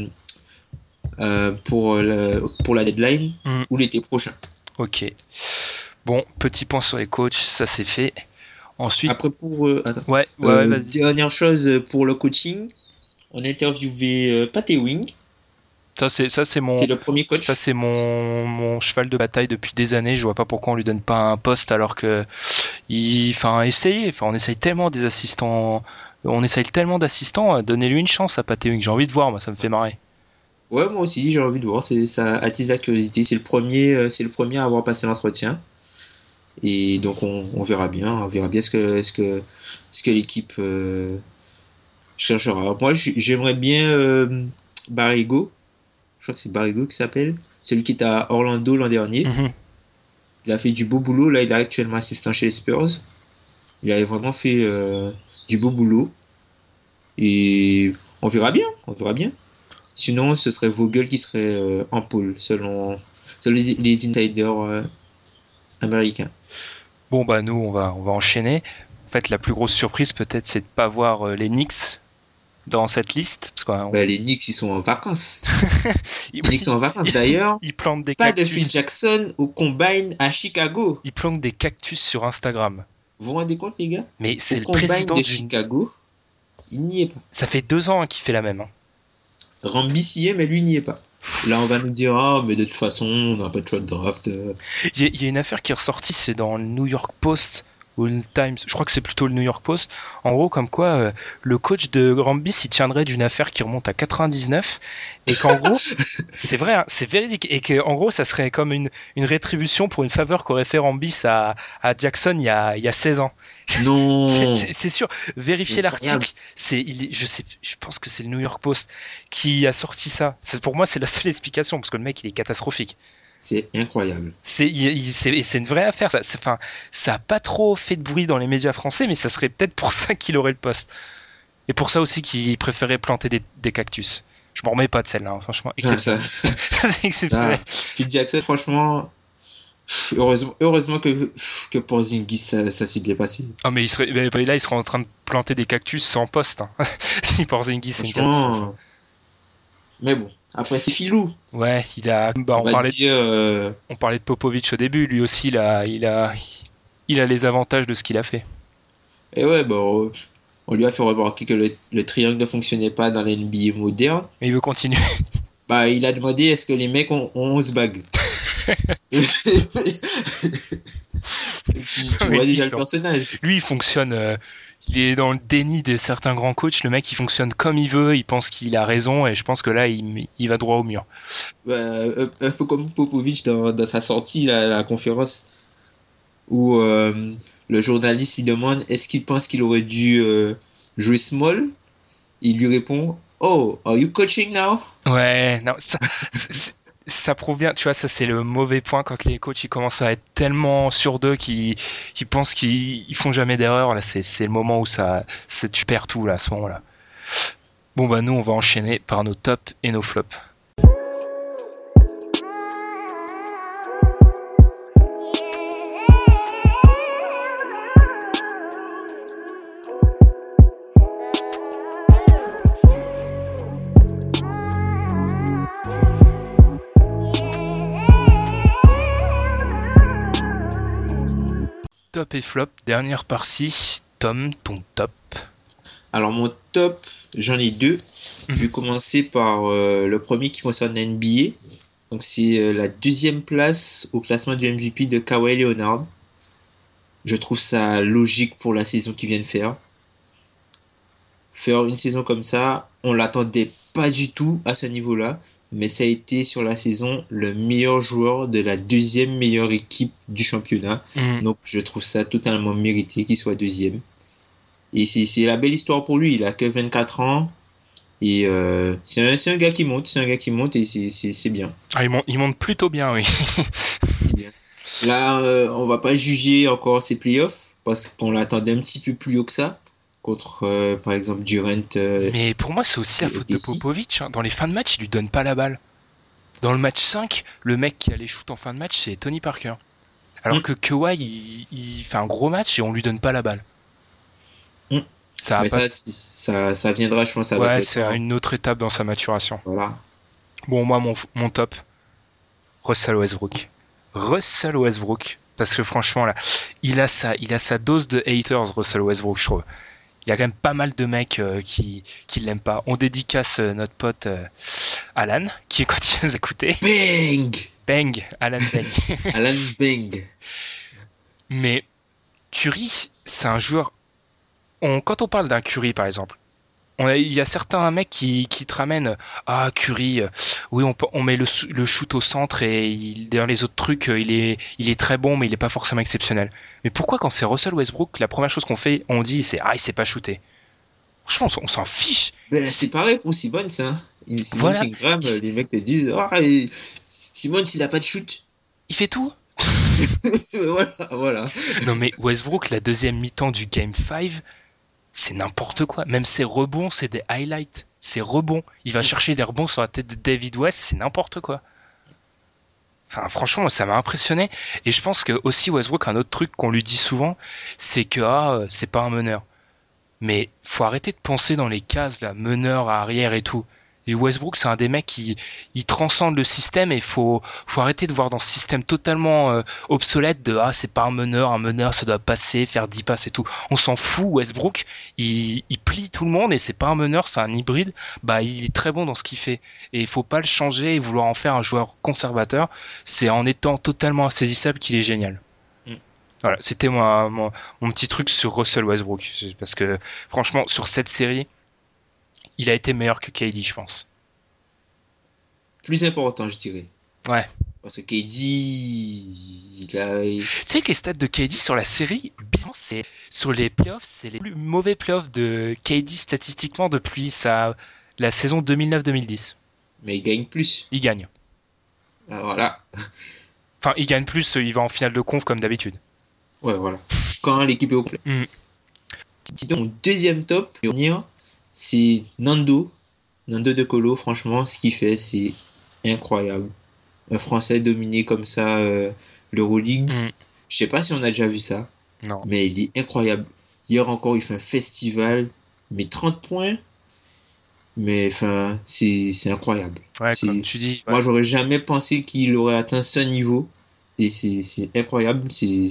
pour la deadline ou l'été prochain. Ok. Bon, petit point sur les coachs, ça c'est fait. Ensuite. Après pour vas-y. Dernière chose pour le coaching, on a interviewé Pat Ewing. C'est le premier coach. Ça c'est mon cheval de bataille depuis des années. Je vois pas pourquoi on lui donne pas un poste alors que on essaye tellement des assistants. On essaye tellement d'assistants. Donnez-lui une chance à Pat Ewing. J'ai envie de voir, moi ça me fait marrer. Ouais, moi aussi j'ai envie de voir. Ça attise la curiosité. C'est le premier à avoir passé l'entretien. Et donc on verra bien. On verra bien ce que l'équipe cherchera. Moi j'aimerais bien Barrigo. Je crois que c'est Barrigo qui s'appelle, celui qui était à Orlando l'an dernier. Il a fait du beau boulot. Là, il est actuellement assistant chez les Spurs. Il avait vraiment fait du beau boulot. Et on verra bien. Sinon, ce serait Vogel qui serait en pôle, selon les insiders américains. Bon, nous, on va enchaîner. En fait, la plus grosse surprise, peut-être, c'est de ne pas voir les Knicks. dans cette liste parce que les Knicks ils sont en vacances. ils, Les Knicks sont en vacances d'ailleurs. ils plantent des pas cactus. de Phil Jackson au combine à Chicago. Ils plantent des cactus sur Instagram. Vous vous rendez compte les gars? Mais c'est le combine président de Chicago. Il n'y est pas. Ça fait 2 ans qu'il fait la même. Rambis y est, mais lui n'y est pas. Là, on va nous dire, mais de toute façon, on n'a pas de choix de draft. Il y a une affaire qui est ressortie, c'est dans le New York Post ou le Times. Je crois que c'est plutôt le New York Post. En gros, comme quoi, le coach de Rambis, il tiendrait d'une affaire qui remonte à 99 et qu'en gros, c'est vrai, hein, c'est véridique et qu'en gros, ça serait comme une rétribution pour une faveur qu'aurait fait Rambis à Jackson il y a 16 ans. Non. c'est sûr. Vérifiez l'article. Je pense que c'est le New York Post qui a sorti ça. Pour moi, c'est la seule explication parce que le mec, il est catastrophique. C'est incroyable. C'est une vraie affaire. Ça a pas trop fait de bruit dans les médias français, mais ça serait peut-être pour ça qu'il aurait le poste. Et pour ça aussi qu'il préférait planter des cactus. Je m'en remets pas de celle-là, hein, franchement. Exceptionnel. C'est exceptionnel. Phil Jackson, franchement. Heureusement que pour Zingis ça s'est bien passé. Ah mais il serait en train de planter des cactus sans poste. Hein. Si pour Zingis c'est une catastrophe. Mais bon, après c'est Philou. Ouais, il a. On parlait de Popovic au début. Lui aussi, il a les avantages de ce qu'il a fait. Et ouais, on lui a fait remarquer que le triangle ne fonctionnait pas dans la NBA moderne. Mais il veut continuer. Il a demandé est-ce que les mecs ont 11 bagues. tu vois déjà le personnage. Lui, il fonctionne. Il est dans le déni de certains grands coachs. Le mec, il fonctionne comme il veut. Il pense qu'il a raison. Et je pense que là, il va droit au mur. Un peu comme Popovic dans sa sortie, la conférence, où le journaliste lui demande est-ce qu'il pense qu'il aurait dû jouer small. Il lui répond oh, are you coaching now? Ouais, non, ça prouve bien, tu vois, ça c'est le mauvais point quand les coachs ils commencent à être tellement sûrs d'eux qu'ils pensent qu'ils font jamais d'erreur. Là, c'est le moment où tu perds tout là, à ce moment-là. Bon nous on va enchaîner par nos tops et nos flops. Top et flop, dernière partie. Tom, ton top? Alors mon top, j'en ai 2. Je vais commencer par le premier qui concerne la NBA. Donc c'est la 2e place au classement du MVP de Kawhi Leonard. Je trouve ça logique pour la saison qu'il vient de faire. Faire une saison comme ça, on l'attendait pas du tout à ce niveau-là. Mais ça a été sur la saison le meilleur joueur de la 2e meilleure équipe du championnat. Donc je trouve ça totalement mérité qu'il soit 2e. Et c'est la belle histoire pour lui. Il a que 24 ans. Et c'est un gars qui monte. C'est un gars qui monte et c'est bien. Ah, il monte plutôt bien, oui. C'est bien. Là, on va pas juger encore ses playoffs parce qu'on l'attendait un petit peu plus haut que ça. Contre, par exemple, Durant. Mais pour moi, c'est aussi la faute de Popovic. Hein. Dans les fins de match, il lui donne pas la balle. Dans le match 5, le mec qui allait shoot en fin de match, c'est Tony Parker. Alors que Kawhi, il fait un gros match et on lui donne pas la balle. Ça viendra, je pense. Ouais, c'est une autre étape dans sa maturation. Voilà. Bon, moi, mon top, Russell Westbrook. Parce que franchement, là, il a sa dose de haters, Russell Westbrook, je trouve. Il y a quand même pas mal de mecs qui l'aiment pas. On dédicace notre pote Alan, qui continue à nous écouter. Bang Alan Bang. Alan Bang. Mais Curry, c'est un joueur... Quand on parle d'un Curry, par exemple, il y a certains mecs qui te ramènent Curry, oui on met le shoot au centre et derrière les autres trucs il est très bon mais il est pas forcément exceptionnel. Mais pourquoi quand c'est Russell Westbrook la première chose on dit c'est il sait pas shooter? Franchement on s'en fiche. C'est pareil pour Simmons hein. Simmons voilà. Ingram, les mecs te disent Simmons il a pas de shoot. Il fait tout. voilà. Non mais Westbrook la 2e mi-temps du Game 5 c'est n'importe quoi. Même ses rebonds, c'est des highlights. Ses rebonds. Il va chercher des rebonds sur la tête de David West, c'est n'importe quoi. Enfin, franchement, ça m'a impressionné. Et je pense que aussi Westbrook, un autre truc qu'on lui dit souvent, c'est que c'est pas un meneur. mais faut arrêter de penser dans les cases, là, meneur à arrière et tout. Et Westbrook, c'est un des mecs qui il transcende le système et faut arrêter de voir dans ce système totalement obsolète de c'est pas un meneur ça doit passer, faire 10 passes et tout. On s'en fout, Westbrook, il plie tout le monde et c'est pas un meneur, c'est un hybride. Il est très bon dans ce qu'il fait et il faut pas le changer et vouloir en faire un joueur conservateur. C'est en étant totalement insaisissable qu'il est génial. Voilà, c'était mon petit truc sur Russell Westbrook parce que franchement sur cette série il a été meilleur que KD, je pense. Plus important, je dirais. Ouais. Parce que KD, Tu sais que les stats de KD sur la série, bizarrement, c'est sur les playoffs, c'est les plus mauvais playoffs de KD statistiquement depuis la saison 2009-2010. Mais il gagne plus. Il gagne. Voilà. Enfin, il gagne plus, il va en finale de conf comme d'habitude. Ouais, voilà. Quand l'équipe est au play. Donc, mon deuxième top, c'est Nando De Colo. Franchement, ce qu'il fait, c'est incroyable. Un Français dominé comme ça l'Euroleague. Je sais pas si on a déjà vu ça. Non. Mais il est incroyable. Hier encore, il fait un festival. Mais 30 points. Mais enfin, c'est incroyable. Ouais, comme tu dis. Ouais. Moi, j'aurais jamais pensé qu'il aurait atteint ce niveau. Et c'est incroyable.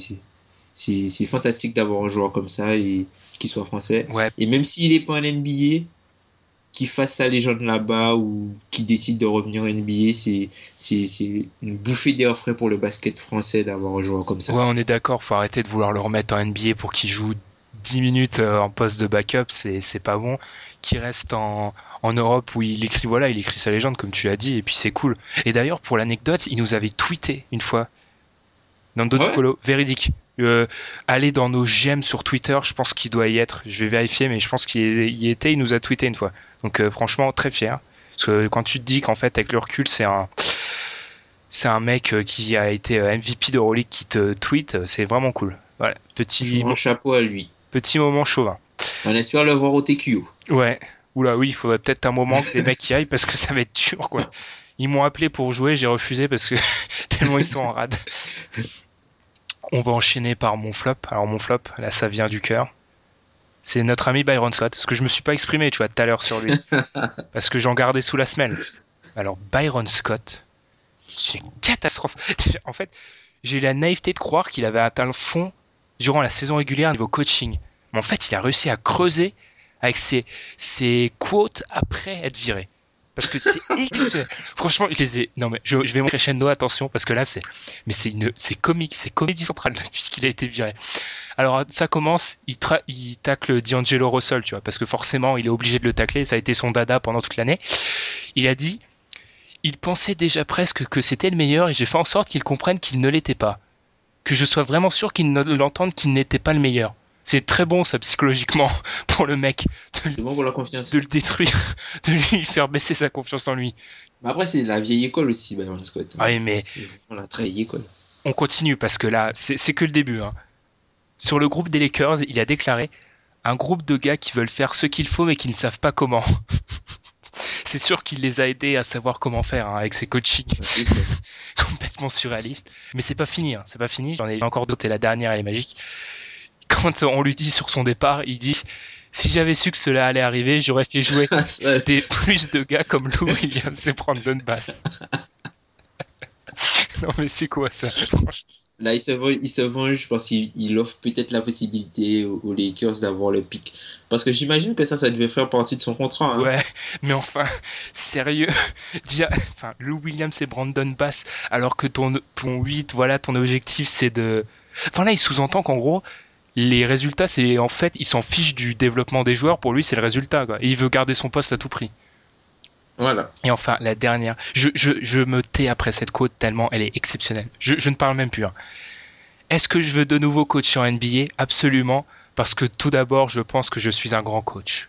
C'est fantastique d'avoir un joueur comme ça et qu'il soit français. Ouais. Et même s'il n'est pas en NBA, qu'il fasse sa légende là-bas ou qu'il décide de revenir en NBA, c'est une bouffée d'air frais pour le basket français d'avoir un joueur comme ça. Ouais, on est d'accord, faut arrêter de vouloir le remettre en NBA pour qu'il joue 10 minutes en poste de backup, c'est pas bon. Qu'il reste en Europe où il écrit sa légende comme tu l'as dit et puis c'est cool. Et d'ailleurs, pour l'anecdote, il nous avait tweeté une fois. Nando De Colo, véridique. Allez dans nos GM sur Twitter, je pense qu'il doit y être. Je vais vérifier, mais je pense qu'il y était. Il nous a tweeté une fois. Donc franchement, très fier. Parce que quand tu te dis qu'en fait, avec le recul, c'est un mec qui a été MVP d'Euroleague qui te tweet, c'est vraiment cool. Voilà, Mon chapeau à lui. Petit moment chauvin. On espère le voir au TQO. Ouais. Oula, oui, il faudrait peut-être un moment que les mecs y aillent parce que ça va être dur, quoi. Ils m'ont appelé pour jouer, j'ai refusé parce que tellement ils sont en rade. On va enchaîner par mon flop. Alors mon flop, là ça vient du cœur. C'est notre ami Byron Scott. Parce que je me suis pas exprimé, tu vois, tout à l'heure sur lui. Parce que j'en gardais sous la semelle. Alors Byron Scott, c'est une catastrophe. En fait, j'ai eu la naïveté de croire qu'il avait atteint le fond durant la saison régulière niveau coaching. Mais en fait, il a réussi à creuser avec ses quotes après être viré. Parce que c'est exceptionnel. Franchement, je les ai. Non mais je vais montrer crescendo, attention, parce que là c'est comique, c'est comédie centrale puisqu'il a été viré. Alors ça commence, il tacle D'Angelo Russell, tu vois, parce que forcément il est obligé de le tacler. Ça a été son dada pendant toute l'année. Il a dit, il pensait déjà presque que c'était le meilleur et j'ai fait en sorte qu'il comprenne qu'il ne l'était pas, que je sois vraiment sûr qu'il l'entende qu'il n'était pas le meilleur. C'est très bon ça psychologiquement pour le mec C'est bon pour la confiance. de le détruire, de lui faire baisser sa confiance en lui. Mais après c'est la vieille école aussi, Byron Scott. Oui, mais on la très vieille école. On continue parce que là c'est que le début. Sur le groupe des Lakers, il a déclaré un groupe de gars qui veulent faire ce qu'il faut mais qui ne savent pas comment. C'est sûr qu'il les a aidés à savoir comment faire avec ses coachings complètement surréalistes. Mais c'est pas fini, c'est pas fini. J'en ai encore d'autres et la dernière elle est magique. Quand on lui dit sur son départ, il dit « Si j'avais su que cela allait arriver, j'aurais fait jouer plus de gars comme Lou Williams et Brandon Bass. » Non mais c'est quoi ça, franchement. Là, il se venge parce qu'il offre peut-être la possibilité aux Lakers d'avoir le pick. Parce que j'imagine que ça devait faire partie de son contrat. Ouais, mais enfin, sérieux. Lou Williams et Brandon Bass, alors que ton 8, voilà, ton objectif c'est de... Enfin là, il sous-entend qu'en gros... Les résultats, c'est en fait, il s'en fiche du développement des joueurs. Pour lui, c'est le résultat, quoi. Et il veut garder son poste à tout prix. Voilà. Et enfin, la dernière. Je me tais après cette quote tellement elle est exceptionnelle. Je ne parle même plus. Est-ce que je veux de nouveau coacher en NBA ? Absolument. Parce que tout d'abord, je pense que je suis un grand coach.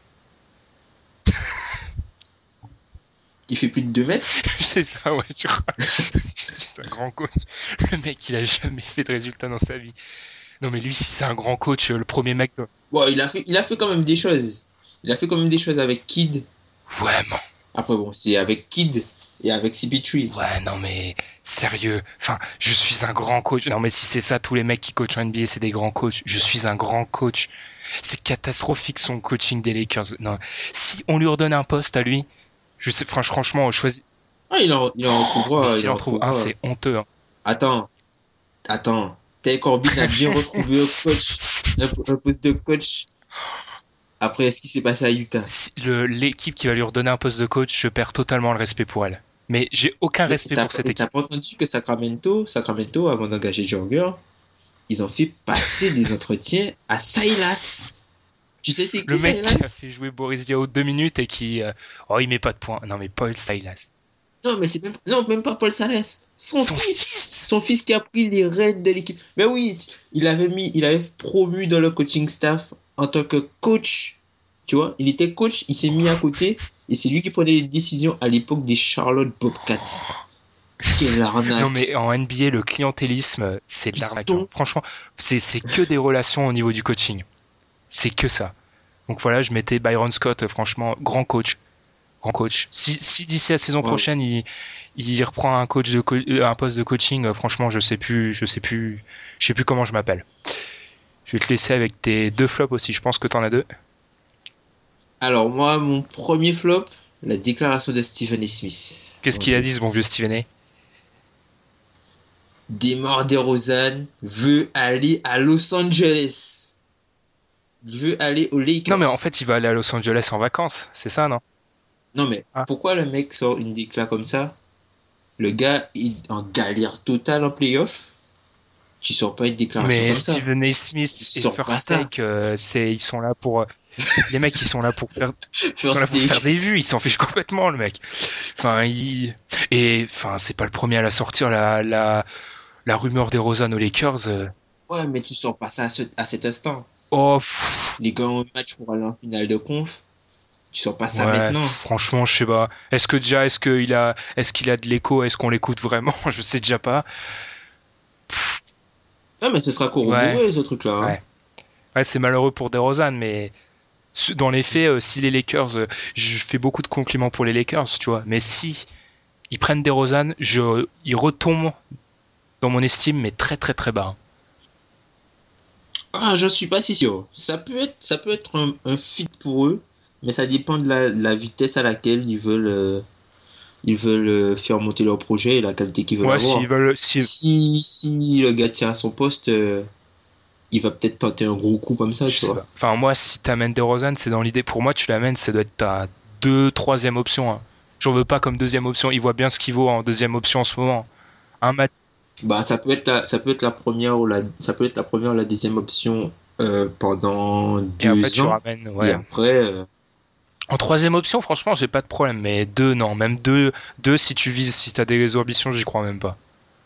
Il fait plus de 2 mètres ? C'est ça, ouais, tu crois. Je suis un grand coach. Le mec, il a jamais fait de résultats dans sa vie. Non mais lui, si c'est un grand coach, le premier mec... Bon, il a fait quand même des choses. Il a fait quand même des choses avec Kidd. Vraiment. Après bon, c'est avec Kidd et avec CP3. Ouais, non mais sérieux. Enfin, je suis un grand coach. Non mais si c'est ça, tous les mecs qui coachent en NBA, c'est des grands coachs. Je suis un grand coach. C'est catastrophique son coaching des Lakers. Non, si on lui redonne un poste à lui, je sais, franchement, choisis. Ah, il en trouvera. S'il en trouve un, c'est honteux. Hein. Attends. Tay Corbin a bien retrouvé un poste de coach. Après, ce qui s'est passé à Utah. L'équipe qui va lui redonner un poste de coach, je perds totalement le respect pour elle. Mais j'ai aucun respect pour cette équipe. T'as pas entendu que Sacramento, avant d'engager Jorger, ils ont fait passer des entretiens à Silas. Tu sais c'est qui le mec Silas? Qui a fait jouer Boris Diaw 2 minutes et qui... il met pas de points. Non mais Paul Silas. Non mais c'est même pas Paul Silas. Son fils qui a pris les rênes de l'équipe. Mais oui, il avait promu dans le coaching staff en tant que coach. Tu vois, il était coach, il s'est mis à côté et c'est lui qui prenait les décisions à l'époque des Charlotte Bobcats. Quelle arnaque. Non mais en NBA, le clientélisme, c'est de l'arnaque. Hein. Franchement, c'est que des relations au niveau du coaching. C'est que ça. Donc voilà, je mettais Byron Scott, franchement, grand coach. Si d'ici la saison prochaine, il reprend un poste de coaching, franchement, je sais plus comment je m'appelle. Je vais te laisser avec tes 2 flops aussi, je pense que t'en as 2. Alors moi, mon premier flop, la déclaration de Stephen A. Smith. Qu'est-ce qu'il a dit ce bon vieux Stephen A? DeMar DeRozan veut aller à Los Angeles. Il veut aller aux Lakers. Non mais en fait, il va aller à Los Angeles en vacances, c'est ça, non? Non mais pourquoi le mec sort une déclaration comme ça? Le gars est en galère totale en playoff. Tu sors pas une déclaration comme ça. Mais Stephen A. Smith et First Take, ils sont là pour... Les mecs, ils sont là pour faire des vues. Ils s'en fichent complètement, le mec. Enfin, c'est pas le premier à la sortir, la rumeur des Rosanne aux Lakers. Ouais, mais tu sors pas ça à cet instant. Les gars ont un match pour aller en finale de conf. Tu sors pas ça maintenant. Franchement, je sais pas. Est-ce qu'il a de l'écho? Est-ce qu'on l'écoute vraiment? Je sais déjà pas. Ah, mais ce sera corroboré, ce truc-là. Hein. Ouais, c'est malheureux pour DeRozan, mais dans les faits, si les Lakers, je fais beaucoup de compliments pour les Lakers, tu vois, mais si ils prennent DeRozan, ils retombent dans mon estime, mais très très très bas. Ah, je suis pas si sûr. Ça peut être un fit pour eux, mais ça dépend de la vitesse à laquelle ils veulent faire monter leur projet et la qualité qu'ils veulent avoir. Si le gars tient à son poste, il va peut-être tenter un gros coup comme ça, tu vois. Enfin, moi, si t'amènes DeRozan, c'est dans l'idée. Pour moi, tu l'amènes, ça doit être ta 2-3e option. Hein. J'en veux pas comme 2e option. Il voit bien ce qu'il vaut en 2e option en ce moment. Un match. Bah, ça peut être la première ou la 2e option pendant 2 ans. Et après, tu ramènes. Ouais. Et après. En 3e option, franchement, j'ai pas de problème. Mais 2, non. Même 2 si t'as des ambitions, j'y crois même pas.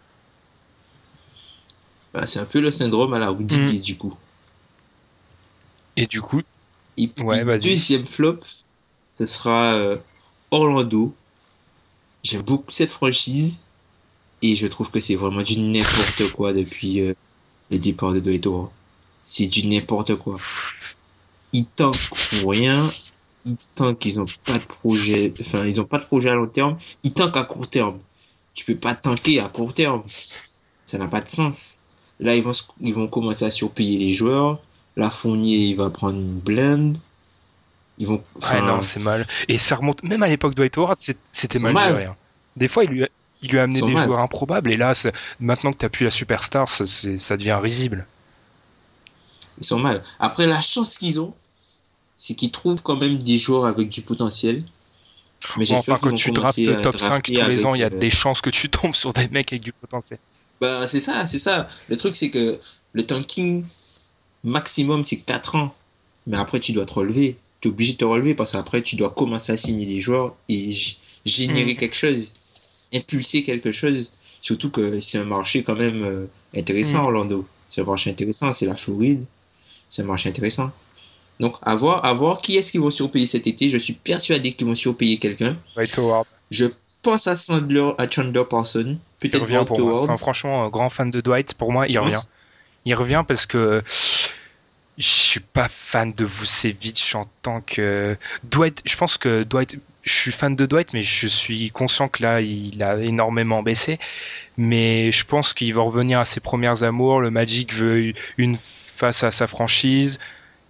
Bah, c'est un peu le syndrome à la Rudy du coup. Et du coup. Et puis, deuxième flop, ce sera Orlando. J'aime beaucoup cette franchise. Et je trouve que c'est vraiment du n'importe quoi depuis le départ de Dwight Howard. C'est du n'importe quoi. Ils tankent pour rien. Ils ont pas de projet. Enfin, ils ont pas de projet à long terme. Ils tankent à court terme. Tu peux pas tanker à court terme. Ça n'a pas de sens. Là, ils vont commencer à surpayer les joueurs. Là, Fournier, il va prendre une blinde. Ils vont. Non, c'est mal. Et ça remonte. Même à l'époque de Dwight Howard, c'était mal géré. Hein. Des fois, il lui a amené des joueurs improbables. Et là, maintenant que t'as plus la superstar, ça devient risible. Ils sont mal. Après, la chance qu'ils ont, c'est qu'ils trouvent quand même des joueurs avec du potentiel. Mais j'espère quand tu draftes top 5 tous les ans, il y a des chances que tu tombes sur des mecs avec du potentiel. Bah, c'est ça. Le truc, c'est que le tanking maximum, c'est 4 ans. Mais après, tu dois te relever. Tu es obligé de te relever parce qu'après, tu dois commencer à signer des joueurs et générer quelque chose, impulser quelque chose. Surtout que c'est un marché quand même intéressant, Orlando. C'est un marché intéressant, c'est la Floride. C'est un marché intéressant. Donc, à voir qui est-ce qu'ils vont surpayer cet été. Je suis persuadé qu'ils vont surpayer quelqu'un. Dwight Howard. Je pense à Chandler Parsons. Peut-être revient pour moi. Enfin, franchement, grand fan de Dwight, pour moi, il revient. Il revient parce que je suis pas fan de Vucevic en tant que Dwight. Je pense que Dwight, je suis fan de Dwight, mais je suis conscient que là, il a énormément baissé. Mais je pense qu'il va revenir à ses premières amours. Le Magic veut une face à sa franchise.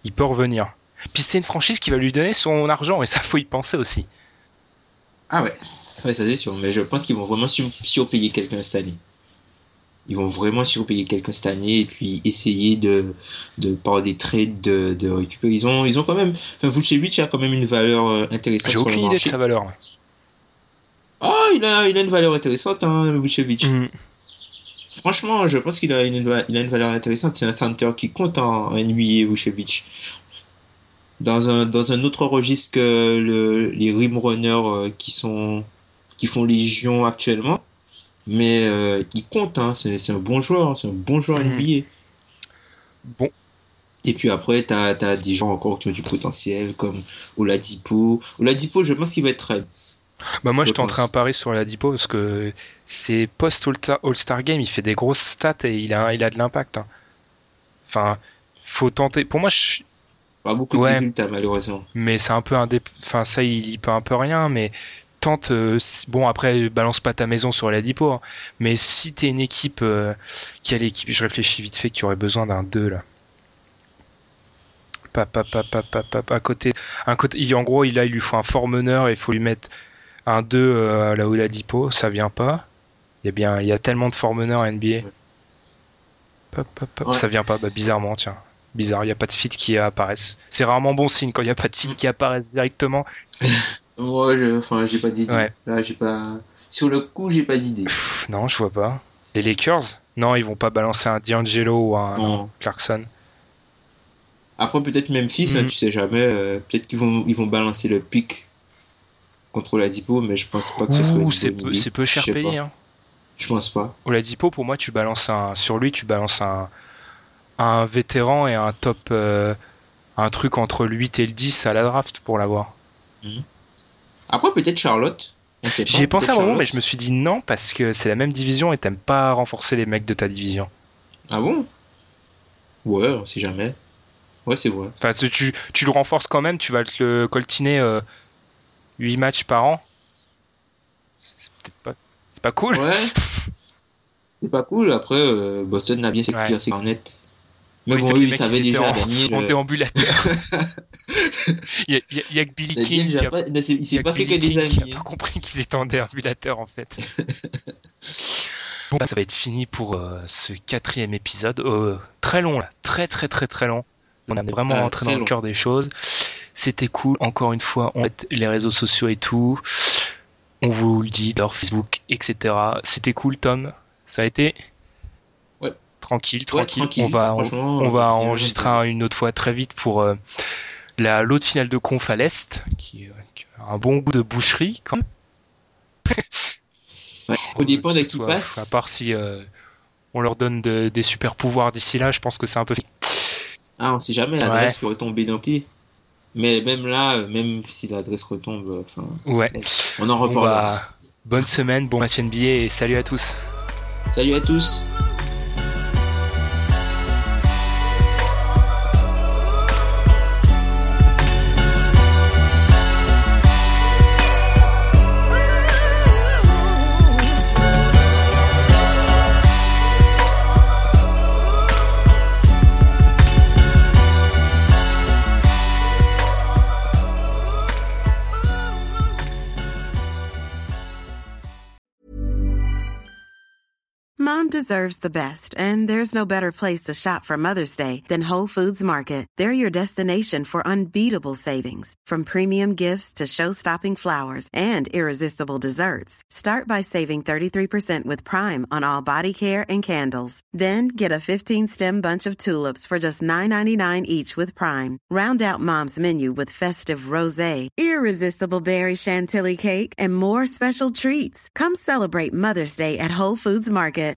Il peut revenir. Puis c'est une franchise qui va lui donner son argent, et ça, faut y penser aussi. Ah ouais, ça c'est sûr. Mais je pense qu'ils vont vraiment surpayer quelqu'un cette année. Ils vont vraiment surpayer quelqu'un cette année et puis essayer de par des trades de récupérer. Ils ont quand même. Enfin, Vucevic a quand même une valeur intéressante. J'ai aucune idée de sa valeur. Ah, il a une valeur intéressante, hein, Vucevic. Franchement, je pense qu'il a une valeur intéressante. C'est un center qui compte en NBA, Vucevic. Dans un autre registre que les rim runners qui font légion actuellement. Mais il compte, hein. C'est un bon joueur, c'est un bon joueur NBA. Bon. Et puis après, t'as des gens encore qui ont du potentiel, comme Oladipo. Oladipo, je pense qu'il va être trade. Bah moi, je tenterai un pari sur Oladipo parce que c'est post-All-Star Game, il fait des grosses stats et il a de l'impact. Hein. Enfin, faut tenter. Pour moi, pas beaucoup de résultats, malheureusement. Mais c'est un peu enfin, ça, il peut un peu rien, mais tente. Bon, après, balance pas ta maison sur Oladipo. Hein. Mais si t'es une équipe qui a l'équipe, je réfléchis vite fait, qui aurait besoin d'un 2 là. À côté. En gros, il lui faut un fort meneur et il faut lui mettre un 2 là où Oladipo, ça vient pas. Il y a tellement de forts meneurs à NBA. Ouais. Ça vient pas, bizarrement, tiens. Bizarre, il n'y a pas de feat qui apparaissent. C'est rarement bon signe quand il n'y a pas de feat qui apparaissent directement. Ouais, j'ai pas d'idée. Ouais. Là, sur le coup, j'ai pas d'idée. Non, je vois pas. Les Lakers? Non, ils vont pas balancer un D'Angelo ou un Clarkson. Après, peut-être Memphis, hein, tu sais jamais. Peut-être qu'ils vont balancer le pic contre Oladipo, mais je pense pas que ce soit une bonne idée. C'est peu cher payé. Hein. Je pense pas. Oladipo, pour moi, tu balances un vétéran et un top, un truc entre le 8 et le 10 à la draft pour l'avoir. Après, peut-être Charlotte. J'y ai pensé à un moment, mais je me suis dit non, parce que c'est la même division et t'aimes pas renforcer les mecs de ta division. Ah bon? Ouais, on sait jamais. Ouais, c'est vrai. Enfin, tu le renforces quand même, tu vas te le coltiner 8 matchs par an. C'est peut-être pas... C'est pas cool. Ouais. C'est pas cool. Après, Boston l'a bien fait pire, c'est net. Mais bon, ils savaient déjà gagner. En déambulateur. Il y a que Billy King il s'est pas fait que des amis. Il a pas compris qu'ils étaient en déambulateur, en fait. Bon, ça va être fini pour ce 4e épisode. Très long, là. Très, très, très, très long. On est vraiment rentré dans le cœur des choses. C'était cool. Encore une fois, on met les réseaux sociaux et tout. On vous le dit, leur Facebook, etc. C'était cool, Tom. Ça a été tranquille. On va enregistrer une autre fois très vite pour l'autre finale de conf à l'Est, qui a un bon goût de boucherie quand même. Ouais, au dépend de ce qui passe. À part si on leur donne des super pouvoirs d'ici là, je pense que c'est un peu... Ah, on sait jamais, l'adresse peut retomber d'un pied. Mais même là, même si l'adresse retombe, on en reparlera. Bonne semaine, bon match NBA et salut à tous. Salut à tous. Mom deserves the best, and there's no better place to shop for Mother's Day than Whole Foods Market. They're your destination for unbeatable savings, from premium gifts to show-stopping flowers and irresistible desserts. Start by saving 33% with Prime on all body care and candles. Then get a 15-stem bunch of tulips for just $9.99 each with Prime. Round out Mom's menu with festive rosé, irresistible berry chantilly cake, and more special treats. Come celebrate Mother's Day at Whole Foods Market.